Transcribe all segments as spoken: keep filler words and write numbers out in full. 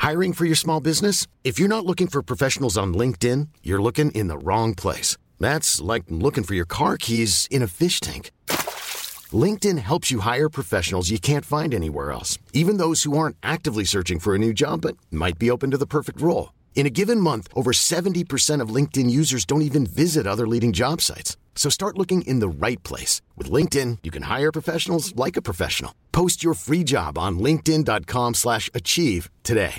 Hiring for your small business? If you're not looking for professionals on LinkedIn, you're looking in the wrong place. That's like looking for your car keys in a fish tank. LinkedIn helps you hire professionals you can't find anywhere else, even those who aren't actively searching for a new job but might be open to the perfect role. In a given month, over seventy percent of LinkedIn users don't even visit other leading job sites. So start looking in the right place. With LinkedIn, you can hire professionals like a professional. Post your free job on linkedin.com slash achieve today.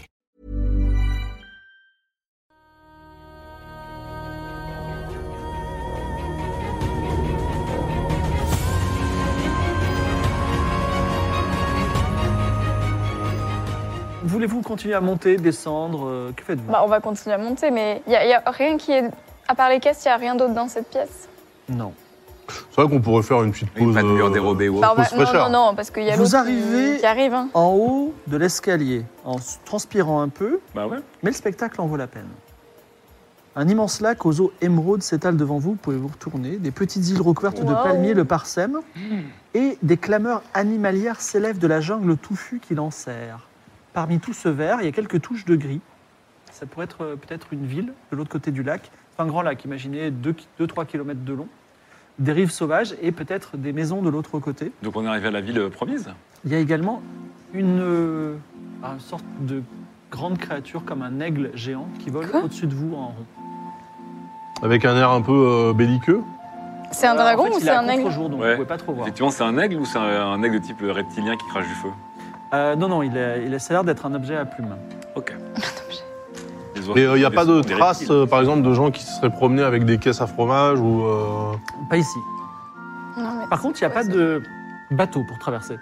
Voulez-vous continuer à monter, descendre euh, Que faites-vous? Bah, on va continuer à monter, mais il n'y a, y a rien qui est... À part les caisses, il n'y a rien d'autre dans cette pièce. Non. C'est vrai qu'on pourrait faire une petite pause. Pas de mur euh, dérobé ou Bah, autre. on va... Non, non, non, parce qu'il y a Vous l'autre arrivez qui, qui arrive. Hein. en haut de l'escalier, en s- transpirant un peu, Bah ouais. mais le spectacle en vaut la peine. Un immense lac aux eaux émeraudes s'étale devant vous, vous pouvez vous retourner. Des petites îles recouvertes de Wow. palmiers le parsèment. Et des clameurs animalières s'élèvent de la jungle touffue qui l'enserre. Parmi tout ce vert, il y a quelques touches de gris. Ça pourrait être euh, peut-être une ville de l'autre côté du lac. C'est un grand lac, imaginez deux à trois kilomètres de long. Des rives sauvages et peut-être des maisons de l'autre côté. Donc on est arrivé à la ville promise. Il y a également une, euh, une sorte de grande créature comme un aigle géant qui vole Quoi au-dessus de vous en rond. Avec un air un peu euh, belliqueux. C'est un Euh, dragon en fait, ou il c'est est à un aigle? contre-jour, donc Ouais. vous pouvez pas trop voir. Effectivement, c'est un aigle ou c'est un, un aigle de type reptilien qui crache du feu? Euh, non, non, il, est, il a, ça a l'air d'être un objet à plumes. Ok. Les Mais il oiseaux, n'y a des- pas de des traces, reptiles. euh, par exemple, de gens qui se seraient promenés avec des caisses à fromage ou. euh, Pas ici. Non, mais Par c'est contre, il n'y a quoi, pas ça de bateau pour traverser.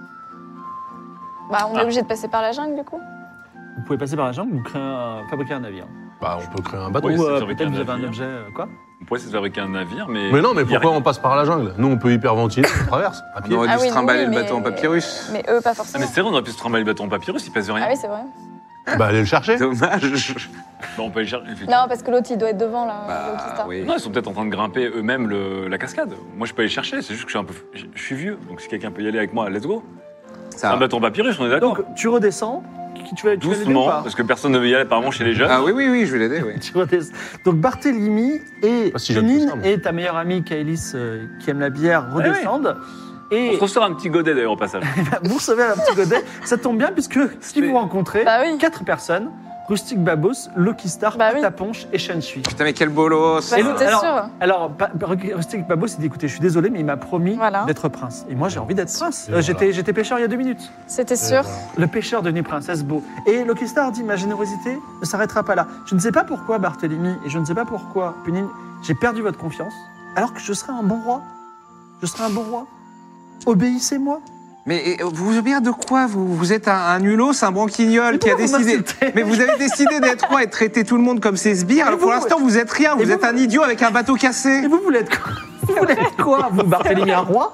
Bah, on est Ah. obligé de passer par la jungle, du coup. Vous pouvez passer par la jungle ou créer un- fabriquer un navire. Bah, on peut créer un bateau. Oui, ou c'est euh, fabriquer peut-être un vous avez un navire. objet... euh, quoi On pourrait essayer de fabriquer un navire, mais. Mais non, mais il y a pourquoi rien. on passe par la jungle? Nous, on peut hyperventiler, on traverse à On pied. aurait Ah dû oui, se trimballer oui, le mais- bateau en papyrus. Mais eux, pas Ah, forcément. mais c'est vrai, on aurait pu se trimballer le bâton en papyrus, il pèse rien. Ah oui, c'est vrai. Bah, allez le chercher. Dommage. Bon, on peut aller chercher. effectivement. Non, parce que l'autre, il doit être devant, là. l'autre qui Bah start. oui. Non, ils sont peut-être en train de grimper eux-mêmes le- la cascade. Moi, je peux aller chercher, c'est juste que je suis un peu. Je, je suis vieux, donc si quelqu'un peut y aller avec moi, let's go. Ça Un va. bâton papyrus, on est d'accord. Donc, tu redescends. Qui- Tu vas, tu vas l'aider ou Doucement, pas parce que personne ne veut y aller apparemment chez les jeunes. Ah oui, oui, oui, je vais l'aider, oui. Tu redescends. Donc Barthélemy et Pas si jeune que Janine ça, mais- et ta meilleure amie Kaelis, euh, qui aime la bière, redescendent. On Et se ressort un petit godet d'ailleurs au passage. vous recevez un petit godet. Ça tombe bien puisque si C'est- vous rencontrez Bah oui. quatre personnes, Rustic Babos, Lucky Star, Bah oui. Pataponche et Shui. Putain, mais quel bolos. Bah, Et c'était alors- sûr. Alors, Pa- Rustic Babos s'est dit écoutez, je suis désolé, mais il m'a promis Voilà. d'être prince. Et moi, j'ai envie d'être prince. Et Euh, voilà. j'étais, j'étais pêcheur il y a deux minutes. C'était Et sûr. voilà. Le pêcheur devenu princesse beau. Et Lucky Star dit ma générosité ne s'arrêtera pas là. Je ne sais pas pourquoi, Barthélemy, et je ne sais pas pourquoi, Punine, j'ai perdu votre confiance, alors que je serai un bon roi. Je serai un bon roi. Obéissez-moi. Mais euh, vous obéissez de quoi vous, vous êtes un, un nulos, un branquignol Mais qui a pourquoi vous décidé. m'insultez Mais vous avez décidé d'être roi et de traiter tout le monde comme ses sbires. Alors vous, pour l'instant, vous êtes rien. et Vous vous- êtes un idiot avec un bateau Et cassé. vous voulez être quoi Vous voulez être quoi, vous, Barthélemy, un roi?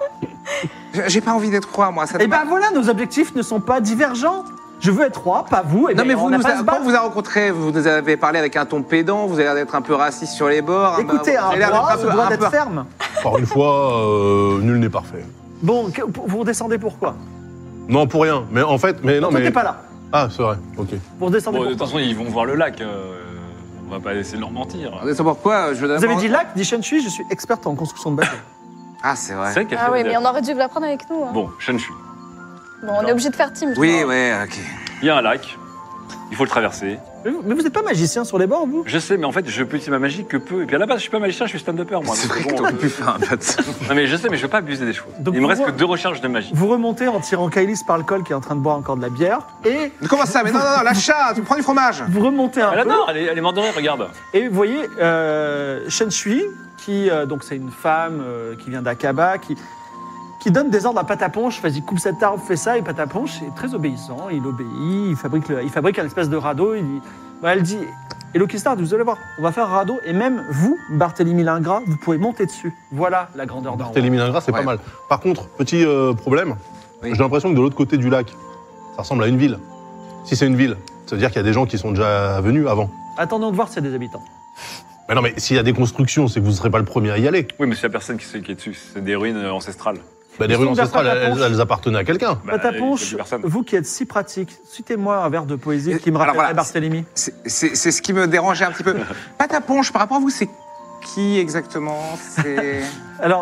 J'ai pas envie d'être roi, moi. Ça Eh m'a- ben voilà, nos objectifs ne sont pas divergents. Je veux être roi, pas vous. Et Non ben, mais on vous n'a nous pas à a- se quand battre. on vous a rencontré, vous nous avez parlé avec un ton pédant, vous avez l'air d'être un peu raciste sur les bords. hein, Écoutez, bah, vous un avez l'air roi d'être se un peu- doit un d'être peu- ferme. Encore une fois, euh, nul n'est parfait. Bon, que- vous redescendez pourquoi Non, pour rien. Mais en fait, mais non, Toi, mais. t'es pas là. Ah, c'est vrai. Ok. Vous redescendez Bon, de toute pourquoi façon, ils vont voir le lac. euh, on va pas essayer de leur mentir. Vous savez pourquoi je veux Vous avez d'abord- dit lac, dit Shui, je suis experte en construction de bateaux. Ah c'est vrai. C'est vrai qu'elle Ah fait oui, le mais lac. on aurait dû l'apprendre avec nous. Hein. Bon, Shui. Bon, on est obligé de faire team. je Oui, crois. ouais, ok. Il y a un lac. Il faut le traverser. Mais vous, mais vous êtes pas magicien sur les bords, vous Je sais, mais en fait, je peux utiliser ma magie que peu. Et puis à la base, je suis pas magicien, je suis stand-upper, moi. C'est donc vrai bon, que on t'aurais peut- pu faire un bateau. Non, mais je sais, mais je veux pas abuser des chevaux. Donc, Il me pour reste moi- que deux recharges de magie. Vous remontez en tirant Kailis par le col qui est en train de boire encore de la bière. Et Mais comment ça? Mais non, non, non, la chat, tu prends du fromage. vous remontez un Elle peu. adore, elle est, elle est morte de rire, regarde. Et vous voyez euh, Shen Shui, qui, euh, donc c'est une femme euh, qui vient d'Akaba, qui, qui donne des ordres à Pataponche. Vas-y, coupe cet arbre, fais ça. Et Pataponche est très obéissant. Il obéit, il fabrique, le- il fabrique un espèce de radeau. Il, dit- bah, elle dit et Lucky Star, vous allez voir, on va faire un radeau. Et même vous, Barthélemy l'Ingrat, vous pouvez monter dessus. Voilà la grandeur d'un roi. Barthélemy l'Ingrat, c'est Ouais. pas mal. Par contre, petit euh, problème, Oui. j'ai l'impression que de l'autre côté du lac, ça ressemble à une ville. Si c'est une ville, ça veut dire qu'il y a des gens qui sont déjà venus avant. Attendons de voir s'il y a des habitants. Mais non, mais s'il y a des constructions, c'est que vous ne serez pas le premier à y aller. Oui, mais c'est la personne qui, sait- qui est dessus. C'est des ruines euh, ancestrales. Bah, les Ils runes sont vers ancestrales, elles, Pataponche. elles appartenaient à quelqu'un. Bah, il y a Pataponche, plus personne. vous qui êtes si pratique, citez-moi un vers de poésie qui me Alors rappellerait voilà, Barthélemy. C'est c'est- c'est ce qui me dérangeait un petit peu. Pataponche, par rapport à vous, c'est qui exactement? C'est Alors,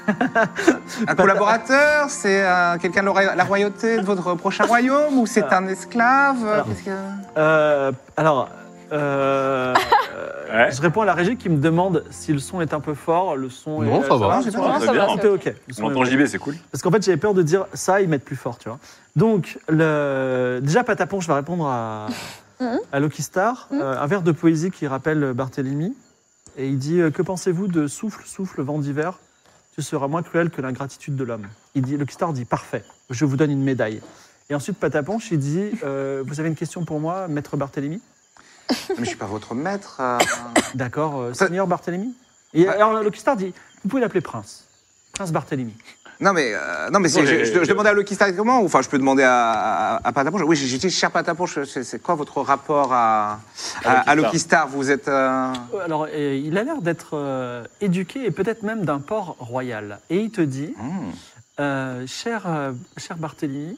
un collaborateur? C'est euh, quelqu'un de la la royauté de votre prochain royaume? Ou c'est un esclave? Alors, Qu'est-ce que- euh, alors euh, Ouais. je réponds à la régie qui me demande si le son est un peu fort. Le son Non, est, ça va. c'est ça bon. Non, très ça bien. va, Tout ça est va. ok. Le son On est entend ok. J B, c'est cool. Parce qu'en fait, j'avais peur de dire ça, ils mettent plus fort, tu vois. Donc, le... déjà, Patapon, je vais répondre à, Mhm. à Loki Star. Mhm. Euh, un vers de poésie qui rappelle Barthélemy. Et il dit euh, que pensez-vous de souffle, souffle, vent d'hiver? Tu seras moins cruel que l'ingratitude de l'homme. Il dit, Loki Star dit parfait, je vous donne une médaille. Et ensuite, Pataponche, il dit euh, vous avez une question pour moi, maître Barthélemy? Mais je suis pas votre maître. euh. D'accord, euh, Ça- Seigneur Barthélemy. Et Ouais. alors, Loki Star dit vous pouvez l'appeler Prince. Prince Barthélemy. Non mais, euh, non, mais c'est- Non, je, mais- je- je demandais à Loki Star directement, ou enfin je peux demander à, à, à Pataponche. Oui, j'ai j'ai dit, cher Pataponche, c'est c'est quoi votre rapport à, à, à Loki Star? Vous êtes... euh, Alors, euh, il a l'air d'être euh, éduqué et peut-être même d'un port royal. Et il te dit, hmm. euh, cher, euh, cher Barthélemy,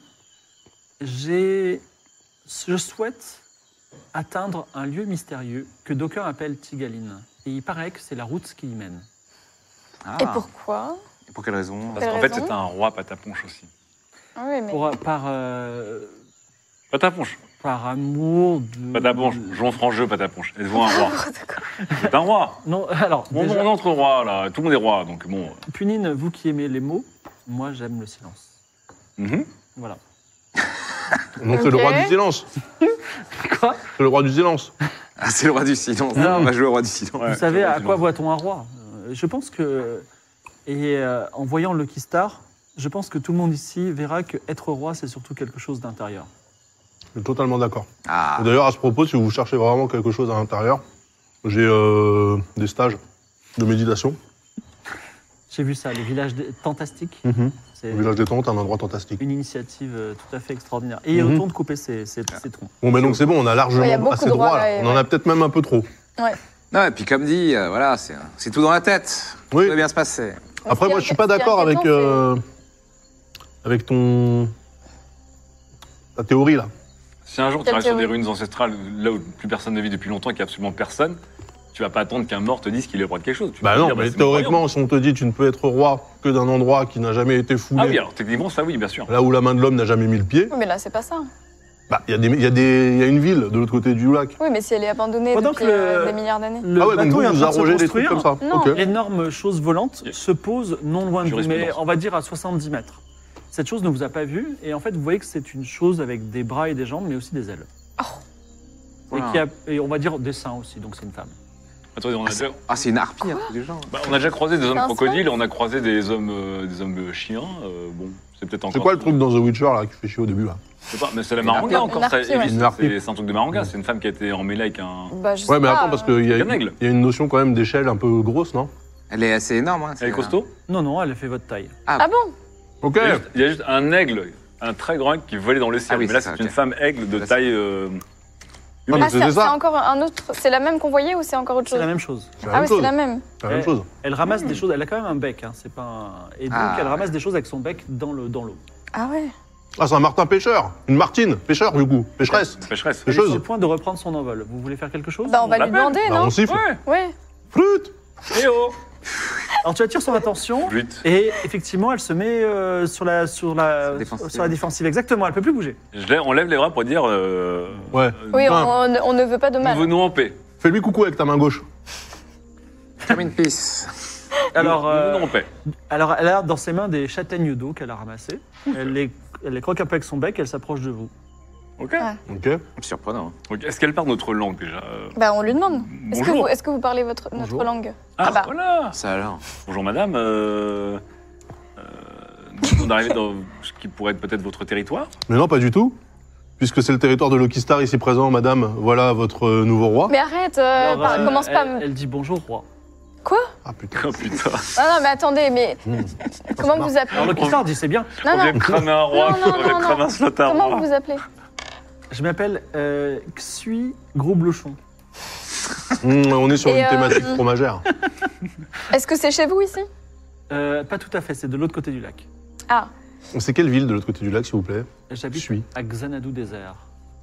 j'ai, je souhaite atteindre un lieu mystérieux que d'aucuns appellent Tigaline. Et il paraît que c'est la route qui y mène. Ah. Et pourquoi? Et pour quelle raison? Parce Quelle qu'en fait, raison c'est un roi pataponche aussi. Ah oui, mais. Pour, par, euh, Pataponche. par amour de... Pataponche. Jouons franc-jeu, pataponche. Êtes-vous un roi? Vous êtes un roi. Non, alors, Bon, déjà, on est entre rois, là. Tout le monde est roi, donc bon. Punine, vous qui aimez les mots, moi j'aime le silence. Mhm. Voilà. Donc c'est le Ok. roi du silence. Quoi? C'est le roi du silence. Ah, c'est le roi du silence. Non. On va jouer au roi du silence. Ouais, Vous savez c'est vrai, à c'est quoi vrai. voit-on un roi? Euh, Je pense que, et euh, en voyant Lucky Star, je pense que tout le monde ici verra que être roi, c'est surtout quelque chose d'intérieur. Je suis totalement d'accord. Ah. Et d'ailleurs, à ce propos, si vous cherchez vraiment quelque chose à l'intérieur, j'ai euh, des stages de méditation. J'ai vu ça, les villages des- fantastiques. C'est Au village des Tentes, un endroit fantastique. une initiative euh, tout à fait extraordinaire. Et il Mhm. retourne couper ses, ses, ses troncs. Bon, mais donc c'est bon, on a largement Ouais, il y a beaucoup assez de droit. droits, Là. là, et On en a peut-être même un peu trop. Non, et puis comme dit, euh, voilà, c'est c'est tout dans la tête. Oui. Tout va bien se passer. Après, moi, je suis pas d'accord avec, euh, avec ton. ta théorie, là. Si un jour tu Quelle restes sur des théorie? ruines ancestrales, là où plus personne ne vit depuis longtemps et qu'il n'y a absolument personne, tu vas pas attendre qu'un mort te dise qu'il est le roi de quelque chose. Tu Bah vas non, dire, mais c'est mon théoriquement, si on te dit tu ne peux être roi que d'un endroit qui n'a jamais été foulé, royaume. Ah oui, alors techniquement, ça oui, bien sûr. là où la main de l'homme n'a jamais mis le pied, Oui, mais là, c'est pas ça. bah il y, a des- il y, a des- il y a une ville de l'autre côté du lac. Oui, mais si elle est abandonnée Pendant depuis que le- euh, des milliards d'années. Le ah ouais, donc bateau vous, est en vous train de se arrogez des trucs construire. comme ça. Non. Ok. L'énorme chose volante Yeah. se pose non loin de vous, mais Jurisprudence. on va dire à soixante-dix mètres. Cette chose ne vous a pas vu, et en fait, vous voyez que c'est une chose avec des bras et des jambes, mais aussi des ailes. Et, Voilà. qui a, et on va dire des seins aussi, donc c'est une femme. Attendez, on a, déjà, Ah, c'est une harpie, à tous les gens. bah, on a déjà croisé des hommes un crocodiles, on a croisé des hommes, euh, des hommes chiens. euh, bon, c'est peut-être encore. C'est quoi le truc dans The Witcher là qui fait chier au début là Je sais pas, mais c'est la Une maranga harpie. encore, Une ça, harpie, ouais. Elvis, Une harpie. c'est c'est un truc de maranga, c'est une femme qui a été emmêlée avec un. Bah, je Ouais, sais mais pas, attends, parce euh, qu'il y, a- Un aigle. il y a une notion quand même d'échelle un peu grosse, non? Elle est assez énorme. Hein, Elle est costaud. Non, non, elle a fait votre taille. Ah bon? Ok. Il y a juste- il y a juste un aigle, un très grand aigle qui volait dans le ciel. Ah oui, mais là, c'est c'est ça, une ok. femme aigle de Là, c'est- taille. euh, Ah, mais Ah, c'était c'est c'est ça. encore un autre. C'est la même qu'on voyait ou c'est encore autre C'est chose? la même chose. C'est la Ah même oui, c'est chose. la même. C'est la même Ouais. chose. Elle ramasse des choses, elle a quand même un bec, hein, c'est pas un- et donc Ah, elle ramasse ouais. des choses avec son bec dans le dans l'eau. Ah ouais. Ah, c'est un Martin pêcheur. Une Martine, pêcheur du coup. Pêcheresse. Pêcheresse. Elle est sur Pêcheuse. le point de reprendre son envol. Vous voulez faire quelque chose? Bah, on va lui l'appelle. demander, Bah, non? on siffle. Ouais. Ouais. Flûte. Eh oh. Alors tu attires son attention Vite. et effectivement elle se met euh, sur la sur la Sur défensive. sur la défensive. Exactement, elle peut plus bouger. Je lève- on lève les bras pour dire. Euh, Ouais. euh, Oui, on, Enfin, on- on ne veut pas de mal. Nous en paix. Fais-lui coucou avec ta main gauche. Comme une pisse. Alors Nous euh, venons en paix. alors elle a dans ses mains des châtaignes d'eau qu'elle a ramassées. Elle les elle les croque un peu avec son bec, elle s'approche de vous. Ok. Ouais. Ok. Surprenant. Ok. Est-ce qu'elle parle notre langue déjà Euh, Bah, on lui demande. Est-ce que, Bonjour. vous- est-ce que vous parlez votre, notre Bonjour. langue? Ah, Ah bah. voilà. Ça alors. Bonjour madame. Euh, euh, nous venons d'arriver dans ce qui pourrait être peut-être votre territoire. Mais non, pas du tout. Puisque c'est le territoire de Loki Star ici présent, madame, voilà votre euh, nouveau roi. Mais arrête, euh, Alors, par- euh, commence pas. à elle, me- elle dit bonjour roi. Quoi? Ah putain. Oh putain. Ah non, mais attendez, mais Mmh. comment vous appelez? Alors le Kissar dit c'est bien. Non, on vient non. de cramer un roi, Non, non, on vient non, de cramer non. un slot à Comment roi. vous vous appelez? Je m'appelle euh, Xui Gros-Blochon. Mmh, on est sur Et, une euh, thématique fromagère. Est-ce que c'est chez vous ici? Euh, pas tout à fait, c'est de l'autre côté du lac. Ah, C'est quelle ville de l'autre côté du lac, s'il vous plaît? Je J'habite suis. à Xanadu Désert.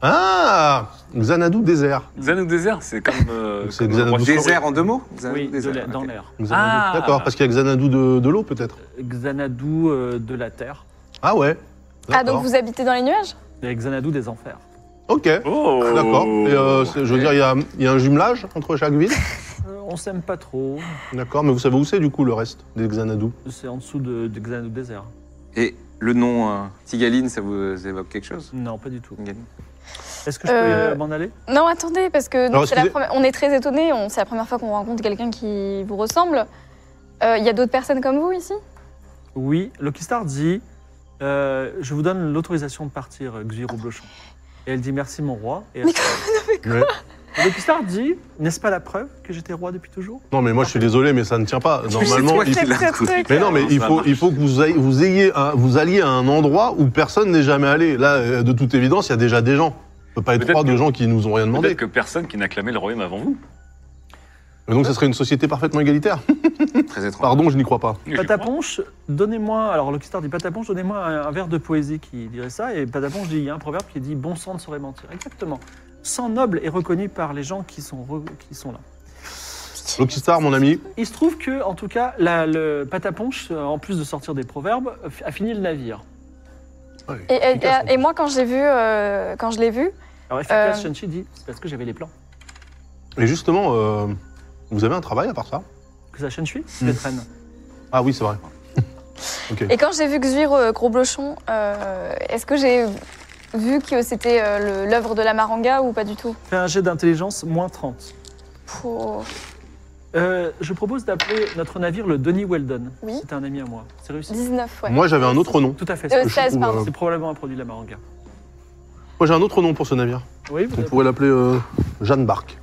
Ah Xanadu désert. Xanadu désert, c'est comme. euh, C'est comme Xanadu le roi- Désert en deux mots Xanadu, Oui, de désert, la- dans ok. l'air. Xanadu. Ah. D'accord, parce qu'il y a Xanadu de, de l'eau, peut-être. Xanadu euh, de la terre Ah ouais. ah donc D'accord. vous habitez dans les nuages? et Xanadu des enfers. Ok. Oh D'accord. Et euh, c'est- je veux dire, il y a, il y a un jumelage entre chaque ville. Euh, on s'aime pas trop. D'accord, mais vous savez où c'est du coup le reste des Xanadu? C'est en dessous de, de Xanadu Désert. Et le nom euh, Tigaline, ça vous évoque quelque chose? Non, pas du tout. Tigaline. Est-ce que je Euh, peux m'en aller? Non, attendez, parce que donc, Alors, c'est la excusez- première- on est très étonnés, on... c'est la première fois qu'on rencontre quelqu'un qui vous ressemble. Euh, Il y a d'autres personnes comme vous ici? Oui, Lucky Star dit euh, je vous donne l'autorisation de partir, Xur Blochon. Et elle dit merci, mon roi. Et elle Mais se lève. Ouais. Et Lucky Star dit n'est-ce pas la preuve que j'étais roi depuis toujours? Non, mais moi je suis désolé, mais ça ne tient pas. Normalement, toi il qui faut... l'as C'est trouvé. très Mais non, mais Non, il ça faut, marche. il faut que vous, ayez, vous, ayez un- vous alliez à un endroit où personne n'est jamais allé. Là, euh, de toute évidence, il y a déjà des gens. On peut pas être Peut-être trois de que- gens qui nous ont rien demandé. Peut-être que personne qui n'a clamé le royaume avant vous. Mais donc, ça serait une société parfaitement égalitaire. Très étrange. Pardon, je n'y crois pas. Oui, je crois. Pataponche, donnez-moi. Alors Lucky Star dit Pataponche, donnez-moi un, un vers de poésie qui dirait ça. Et Pataponche dit il y a un proverbe qui dit bon sang ne saurait mentir. Exactement. Sang noble est reconnu par les gens qui sont, re- qui sont là. Lucky Star, mon ami. Il se trouve que, en tout cas, la- le Pataponche, euh, en plus de sortir des proverbes, euh, a fini le navire. Ouais, Et, et- efficace, en et moi, quand j'ai vu, euh, quand je l'ai vu, Alors efficace, Euh. Shenchi dit c'est parce que j'avais les plans. plus. Et justement, euh, vous avez un travail à part ça? Que ça Shenchi Mm. les traîne. Ah oui, c'est vrai. Ok. et quand j'ai vu Xur euh, Gros Blochon, euh, est-ce que j'ai vu que c'était euh, le- l'œuvre de la Maranga ou pas du tout? Fais un jet d'intelligence, moins trente. Pour... Euh, je propose d'appeler notre navire le Denis Weldon. Oui. C'est un ami à moi. C'est réussi. dix-neuf, ouais. Moi, j'avais un autre nom. Tout à fait. Euh, c'est- Je seize, trouve, pardon. euh, C'est probablement un produit de la Maranga. Moi, j'ai un autre nom pour ce navire. Oui, vous On avez- pourrait l'appeler euh, Jeanne d'Arc.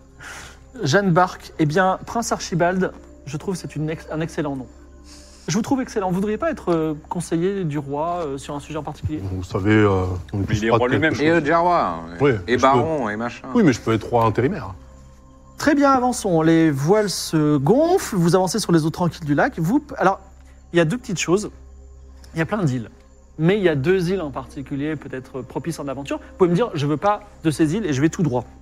Jeanne d'Arc. Eh bien, Prince Archibald, je trouve que c'est une ex- un excellent nom. Je vous trouve excellent. Vous ne voudriez pas être euh, conseiller du roi euh, sur un sujet en particulier? Vous savez, euh, on est tous il est rois de roi quelque lui-même. chose. Et euh, Jarwa. Oui, Et je baron, et machin. Oui, mais je peux être roi intérimaire. Très bien, avançons. Les voiles se gonflent. Vous avancez sur les eaux tranquilles du lac. Vous, alors, il y a deux petites choses. Il y a plein d'îles. Mais il y a deux îles en particulier, peut-être propices en aventure. Vous pouvez me dire, je ne veux pas de ces îles et je vais tout droit.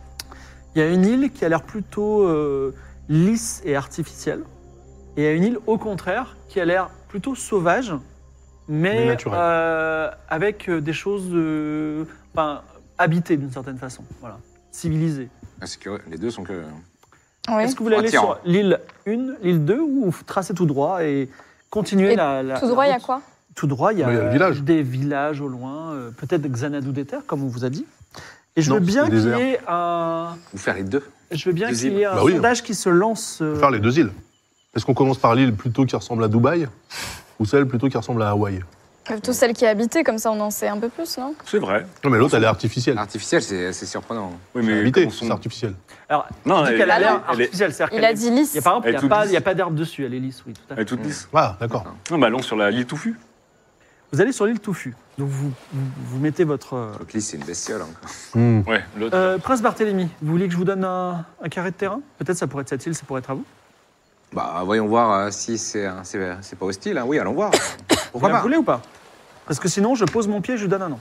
Il y a une île qui a l'air plutôt euh, lisse et artificielle. Et il y a une île, au contraire, qui a l'air plutôt sauvage, Mais mais naturelle. euh, avec euh, des choses euh, enfin, habitées d'une certaine façon. Voilà. Civilisées. Ah, c'est curieux. Les deux sont que. Oui. Est-ce que vous voulez aller Attirant. sur l'île un, l'île deux, ou vous tracez tout droit et continuez Et la, la- Tout la droit, il y a route? quoi? Tout droit, il y a, Mais il y a le village. des villages au loin, euh, peut-être Xanadu des terres, comme on vous a dit. Et je Non, veux bien c'est qu'il y désert. ait un, Vous faire les deux. je veux bien Deux qu'il îles. y ait un Bah oui. sondage qui se lance. On euh, peut faire les deux îles. Est-ce qu'on commence par l'île plutôt qui ressemble à Dubaï ou celle plutôt qui ressemble à Hawaï? Plutôt celle qui est habitée, comme ça on en sait un peu plus, non? C'est vrai. Non, mais l'autre, elle est artificielle. Artificiel, c'est c'est surprenant. Oui, C'est mais habité, comment sont- c'est artificiel. Alors, Non, il dit elle, qu'elle a elle- l'air elle est, artificielle. c'est-à-dire Il qu'elle a est- dit lisse. Il y a, par exemple, Elle il est n'y a, toute pas- lisse. il y a pas d'herbe dessus, elle est lisse, oui, tout à elle fait. est toute lisse. Ah, d'accord. Non, mais allons sur la l'île touffue. Vous allez sur l'île Touffu. Donc vous, vous, vous mettez votre. euh, Donc, Lys, c'est une bestiole encore. Hmm. Ouais, l'autre. Euh, Prince Barthélemy, vous voulez que je vous donne un, un carré de terrain? Peut-être ça pourrait être cette île, ça pourrait être à vous. Bah, voyons voir euh, si c'est euh, c'est c'est pas hostile. Hein. Oui, allons voir. Pourquoi vous la pas? voulez ou pas? Parce que sinon, je pose mon pied, je lui donne un nom.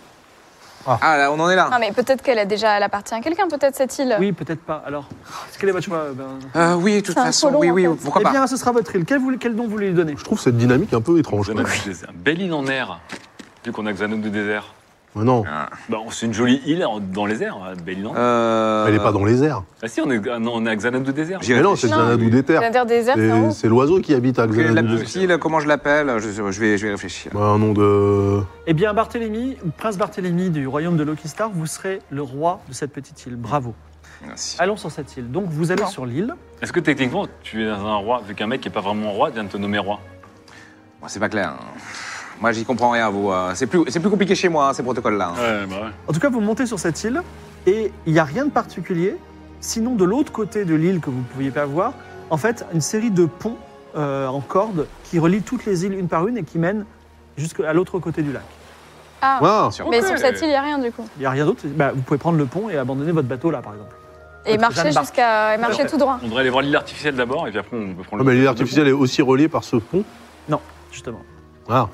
Ah, là, on en est là. Ah, mais peut-être qu'elle a déjà, elle appartient à quelqu'un, peut-être cette île. Oui, peut-être pas. Alors, quel est votre choix ben... Euh, oui, de toute C'est un façon, colon, oui, en oui, fait. pourquoi Eh pas? bien, ce sera votre île. Quel, vous- quel nom vous voulez lui donner? Je trouve cette dynamique un peu étrange. quoi. Xanadu du désert. Belle île en air, vu qu'on a Xanadu du désert. Mais non, Ah. Bah, c'est une jolie île en- dans les airs, hein, belle île en air. Euh... elle n'est pas dans les airs. Ah si, on est, ah non, on est à Xanadu du désert. J'y Mais non, c'est Non. Xanadu des terres. C'est-à-dire désert, c'est en haut. C'est c'est l'oiseau qui habite à Ok, la Xanadu. petite île, comment je l'appelle? je, je vais, je vais réfléchir. Bah, un nom de... Eh bien, Barthélemy, Prince Barthélemy du royaume de Lucky Star, vous serez le roi de cette petite île. Bravo. Merci. Allons sur cette île. Donc, vous allez Non. sur l'île. Est-ce que techniquement, tu es un roi, vu qu'un mec qui n'est pas vraiment roi vient de te nommer roi? Bon, c'est pas clair. hein. Moi, j'y comprends rien, vous. euh, C'est plus, c'est plus compliqué chez moi, hein, ces protocoles-là. hein. Ouais, bah ouais. En tout cas, vous montez sur cette île et il n'y a rien de particulier. Sinon, de l'autre côté de l'île que vous ne pouviez pas voir, en fait, une série de ponts euh, en corde qui relient toutes les îles une par une et qui mènent jusqu'à l'autre côté du lac. Ah, Ah, Sûr. mais Ok. sur cette île, il n'y a rien du coup. Il n'y a rien d'autre. Bah, vous pouvez prendre le pont et abandonner votre bateau là, par exemple. Et Votre marcher Jeanne d'Arc. jusqu'à. et marcher tout droit. On devrait aller voir l'île artificielle d'abord, et puis après on peut prendre Ah, le. mais l'île artificielle est aussi reliée par ce pont. Non, justement. Ah,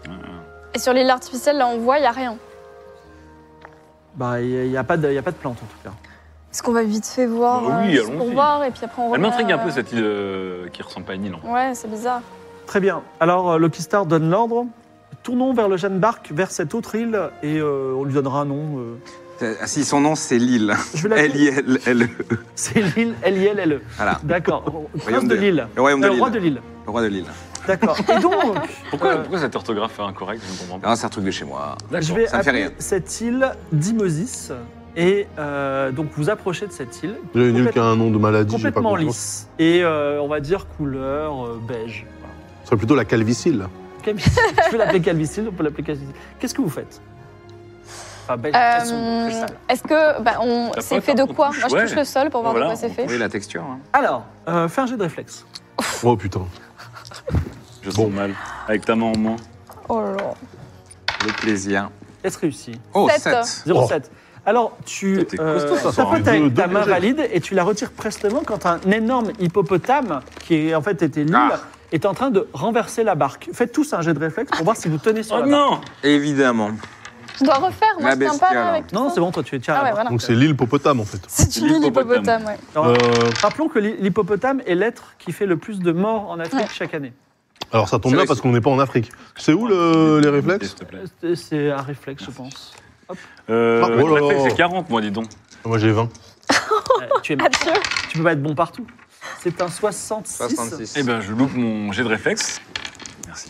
Et sur l'île artificielle, là, on voit, il n'y a rien. Bah, il n'y a, a pas de y a pas de plante en tout cas. Est-ce qu'on va vite fait voir Bah oui, euh, juste pour allons-y. voir et puis après on Elle remet, m'intrigue un peu euh, cette île euh, qui ressemble pas à une île. en fait. Ouais, c'est bizarre. Très bien. Alors, euh, Lucky Star donne l'ordre. Tournons vers le jeune barque, vers cette autre île, et euh, on lui donnera un nom. euh. Ah, si son nom, c'est Lille. Je vais l'appeler. L I L L E. C'est l'île L I L L E. Voilà. D'accord. Prince Royaume de de- l'île. Le royaume de Euh, Lille. Roi de l'île. Le roi de Lille. D'accord. Et donc, Pourquoi, euh, pourquoi cette orthographe est incorrecte? Je ne comprends pas. Non, c'est un truc de chez moi. je vais ça me fait appeler rire. cette île Dimosis. Et euh, donc, vous approchez de cette île. J'ai une île Complète- qui a un nom de maladie, j'ai pas Complètement confiance. lisse. Et euh, on va dire couleur euh, beige. Voilà. Ce serait plutôt la calvicille. Calvi- Je vais l'appeler Calvicille, on peut l'appeler Calvicille. Qu'est-ce que vous faites? Enfin, beige, de toute façon, Euh, cristal. Est-ce que bah, on T'as c'est pas, fait de on quoi? touche, Moi, je ouais. touche le sol pour voir Voilà, de quoi c'est on fait. Oui, la texture. hein. Alors, euh, fais un jet de réflexe. Oh putain. Je sens mal. Avec ta main en main. Oh là là. Le plaisir. Est-ce réussi? Oh, Sept. sept. zéro Oh. sept. Alors, tu T'es euh, costaud, ça, tapotes ça. avec Deux- ta deux main jets. valide et tu la retires prestement quand un énorme hippopotame, qui en fait était nul, Ah. est en train de renverser la barque. Faites tous un jet de réflexe pour voir si vous tenez sur Oh la barque. non! Évidemment. Je dois refaire, moi La je tiens pas bestiole. là avec tout Non, ça. c'est bon, toi tu tiens à Ah la ouais, barque. voilà. Donc c'est l'île Popotame en fait. C'est une île l'hippopotame. hippopotame, ouais. Alors, Euh, Rappelons que l'hi- l'hippopotame est l'être qui fait le plus de morts en Afrique Ouais. chaque année. alors ça tombe C'est bien vrai, parce c'est- qu'on n'est pas en Afrique. C'est où le- les réflexes? S'il te plaît. C'est- C'est un réflexe, je pense. Euh, Ah, oh là le réflexe, là. c'est quarante, moi, dis donc. Moi j'ai vingt. Euh, tu, es, Adieu. tu peux pas être bon partout. C'est un soixante-six. soixante-six. Eh ben, je loupe mon jet de réflexe. Merci.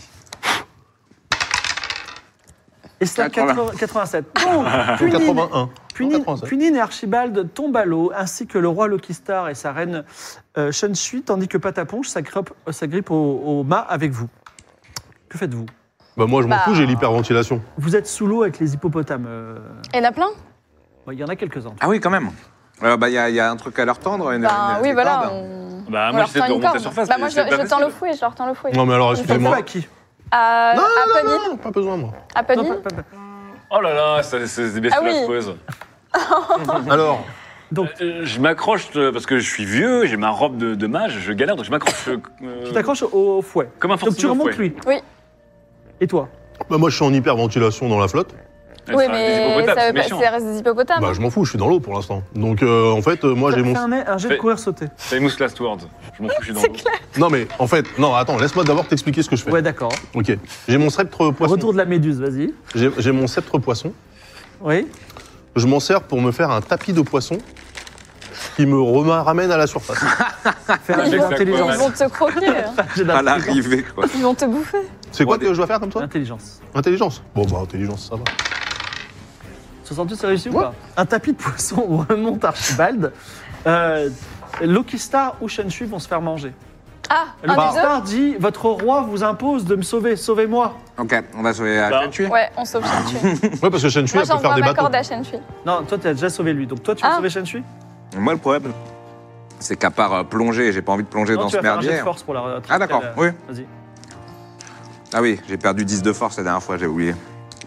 Et c'est un quatre-vingts. quatre-vingt-sept. Donc, Punine, quatre-vingt-un. Punine- quatre-vingt-sept. Punine et Archibald tombent à l'eau, ainsi que le roi Lucky Star et sa reine euh, Shui, tandis que Pataponche s'agrippe s'agrippe au, au mât avec vous. Que faites-vous? Bah moi je m'en Bah. fous, j'ai l'hyperventilation. Vous êtes sous l'eau avec les hippopotames. euh, Il y en a plein? bon, Il y en a quelques-uns. Ah oui, quand même. Euh, bah, il y, a- il y a un truc à leur tendre. Une, Bah une- oui, des voilà. cordes. On... Bah, on moi, leur j'essaie tend de une remonter à corde. surface. Bah mais moi, c'est je, pas je tends le facile. fouet, je leur tends le fouet. Non mais alors Faites-vous excusez-moi. à qui? À, Non, à non, Punine. non, non, pas besoin moi. À Non, Punine. pas- pas- pas- Oh là là, c'est c'est des Ah oui. bestioles affreuses. Alors, Donc, Euh, je m'accroche euh, parce que je suis vieux, j'ai ma robe de, de mage, je galère, donc je m'accroche euh, tu t'accroches au, au fouet. comme un Donc tu forcené au remontes fouet. lui. Oui. Et toi? bah, moi je suis en hyperventilation dans la flotte. Ouais, Oui, ça reste des mais hippopotames, ça, c'est veut pas- méchant. ça reste des hippopotames. Bah je m'en fous, je suis dans l'eau pour l'instant. Donc euh, en fait, euh, moi j'ai Fais mon... un, un jet de Fais- courir sauter. Famous Last Word. Je m'en fous, je suis dans l'eau. Non mais en fait, non attends, laisse-moi d'abord t'expliquer ce que je fais. Ouais, d'accord. Ok. J'ai mon sceptre poisson. Retour de la méduse, vas-y. J'ai j'ai mon sceptre poisson. Oui. Je m'en sers pour me faire un tapis de poisson qui me rema- ramène à la surface. Fais un jet Avec ça, d'intelligence. Ils vont te croquer. hein. Un jet À d'intelligence. l'arrivée, quoi. Ils vont te bouffer. C'est quoi Ouais, que je dois faire comme ça? Intelligence. Intelligence. Bon bah intelligence, ça va. soixante-huit, c'est réussi ou Ouais. pas? Un tapis de poisson remonte Archibald. Euh, Lucky Star ou Shui vont se faire manger. Ah, Lucky un des deux? Star dit votre roi vous impose de me sauver, sauvez-moi. Ok, on va sauver la Bah. Shen-Chui. Ouais, on sauve Shen-Chui. Ouais parce que Shen-Chui Moi, elle peut faire j'envoie des ma bateaux. corde à Shen-Chui. Non, toi tu as déjà sauvé lui, donc toi tu veux Ah. sauver Shui? Moi, le problème, c'est qu'à part euh, plonger, j'ai pas envie de plonger Non, dans tu ce vas faire un jet merdier. de force pour la Ah, d'accord, la- oui. Vas-y. Ah oui, j'ai perdu dix de force la dernière fois, j'ai oublié.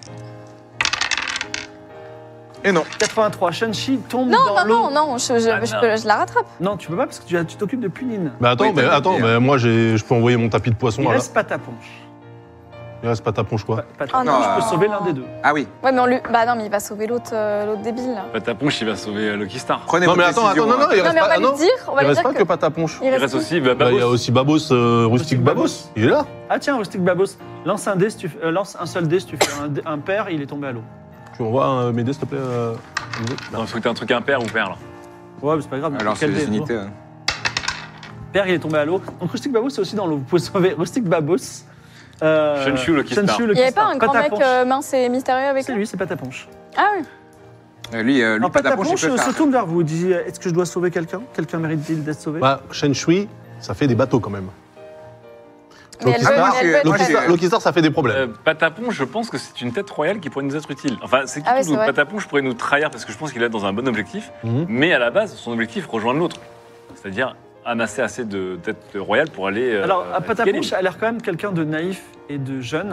Et non. quatre-vingt-trois, Shui tombe Non, dans non, l'eau. non, non, je, je, Ah, je non. peux- je la rattrape. Non, tu peux pas parce que tu as- tu t'occupes de Punine. Mais attends, Oui, mais t'as attends, dit, mais moi j'ai, je peux envoyer mon tapis de poisson Il là. reste Pataponche. Il reste pas ta ponche quoi. Pa- Pataponche Oh non. peut sauver l'un des deux. Ah oui, Ouais, mais on lui. Bah non, mais il va sauver l'autre euh, l'autre débile là. Bah, ta ponche, il va sauver euh, Lucky Star. prenez Non votre mais attends, décision, attends, non, non, hein. il Non, reste mais on pas, va ah, non, lui dire. On va il lui reste dire pas que. que pas ta ponche. Il Il reste reste qui aussi bah, Bah, il y a Babos. aussi Babos, euh, Rustic Rustic Babos. Babos. Il est là. Ah tiens, Rustic Babos, lance un dé si tu fais- euh, lance un seul dé si tu fais un, dé- un pair, il est tombé à l'eau. Tu m'envoies euh, m'aider s'il te plaît. euh, Non, il faut que t'aies un truc impair ou pair, là. Ouais, mais c'est pas grave. Alors, c'est quel les dé, unités. hein. Père, il est tombé à l'eau. Donc Rustic Babos, c'est aussi dans l'eau. Vous pouvez sauver Rustic Babos. Euh, Shen-Chui ou Lucky Star. Shen-Chui ou Il Lucky n'y avait pas Star. un grand mec Pataponche. euh, mince et mystérieux avec C'est lui lui, c'est Pataponche. Ah oui. Euh, Lui, euh, lui Alors pas ta ponche, il Pataponche peut euh, se faire. tourne vers vous, dit euh, est-ce que je dois sauver quelqu'un? Quelqu'un mérite-t-il d'être sauvé? Bah, Shen-Chui, ça fait des bateaux quand même. Mais elle Lucky veut, Star, mais elle veut être Lucky Lucky très- Star, Lucky Star, ça fait des problèmes. Euh, Patapon, je pense que c'est une tête royale qui pourrait nous être utile. Enfin, c'est qui Ah ouais, tout c'est doute. vrai. Patapon, je pourrais nous trahir parce que je pense qu'il est dans un bon objectif. Mhm. Mais à la base, son objectif rejoint l'autre. C'est-à-dire amasser assez de têtes royales pour aller. euh, Alors, à attaquer Pataponche l'île. a l'air quand même quelqu'un de naïf et de jeune.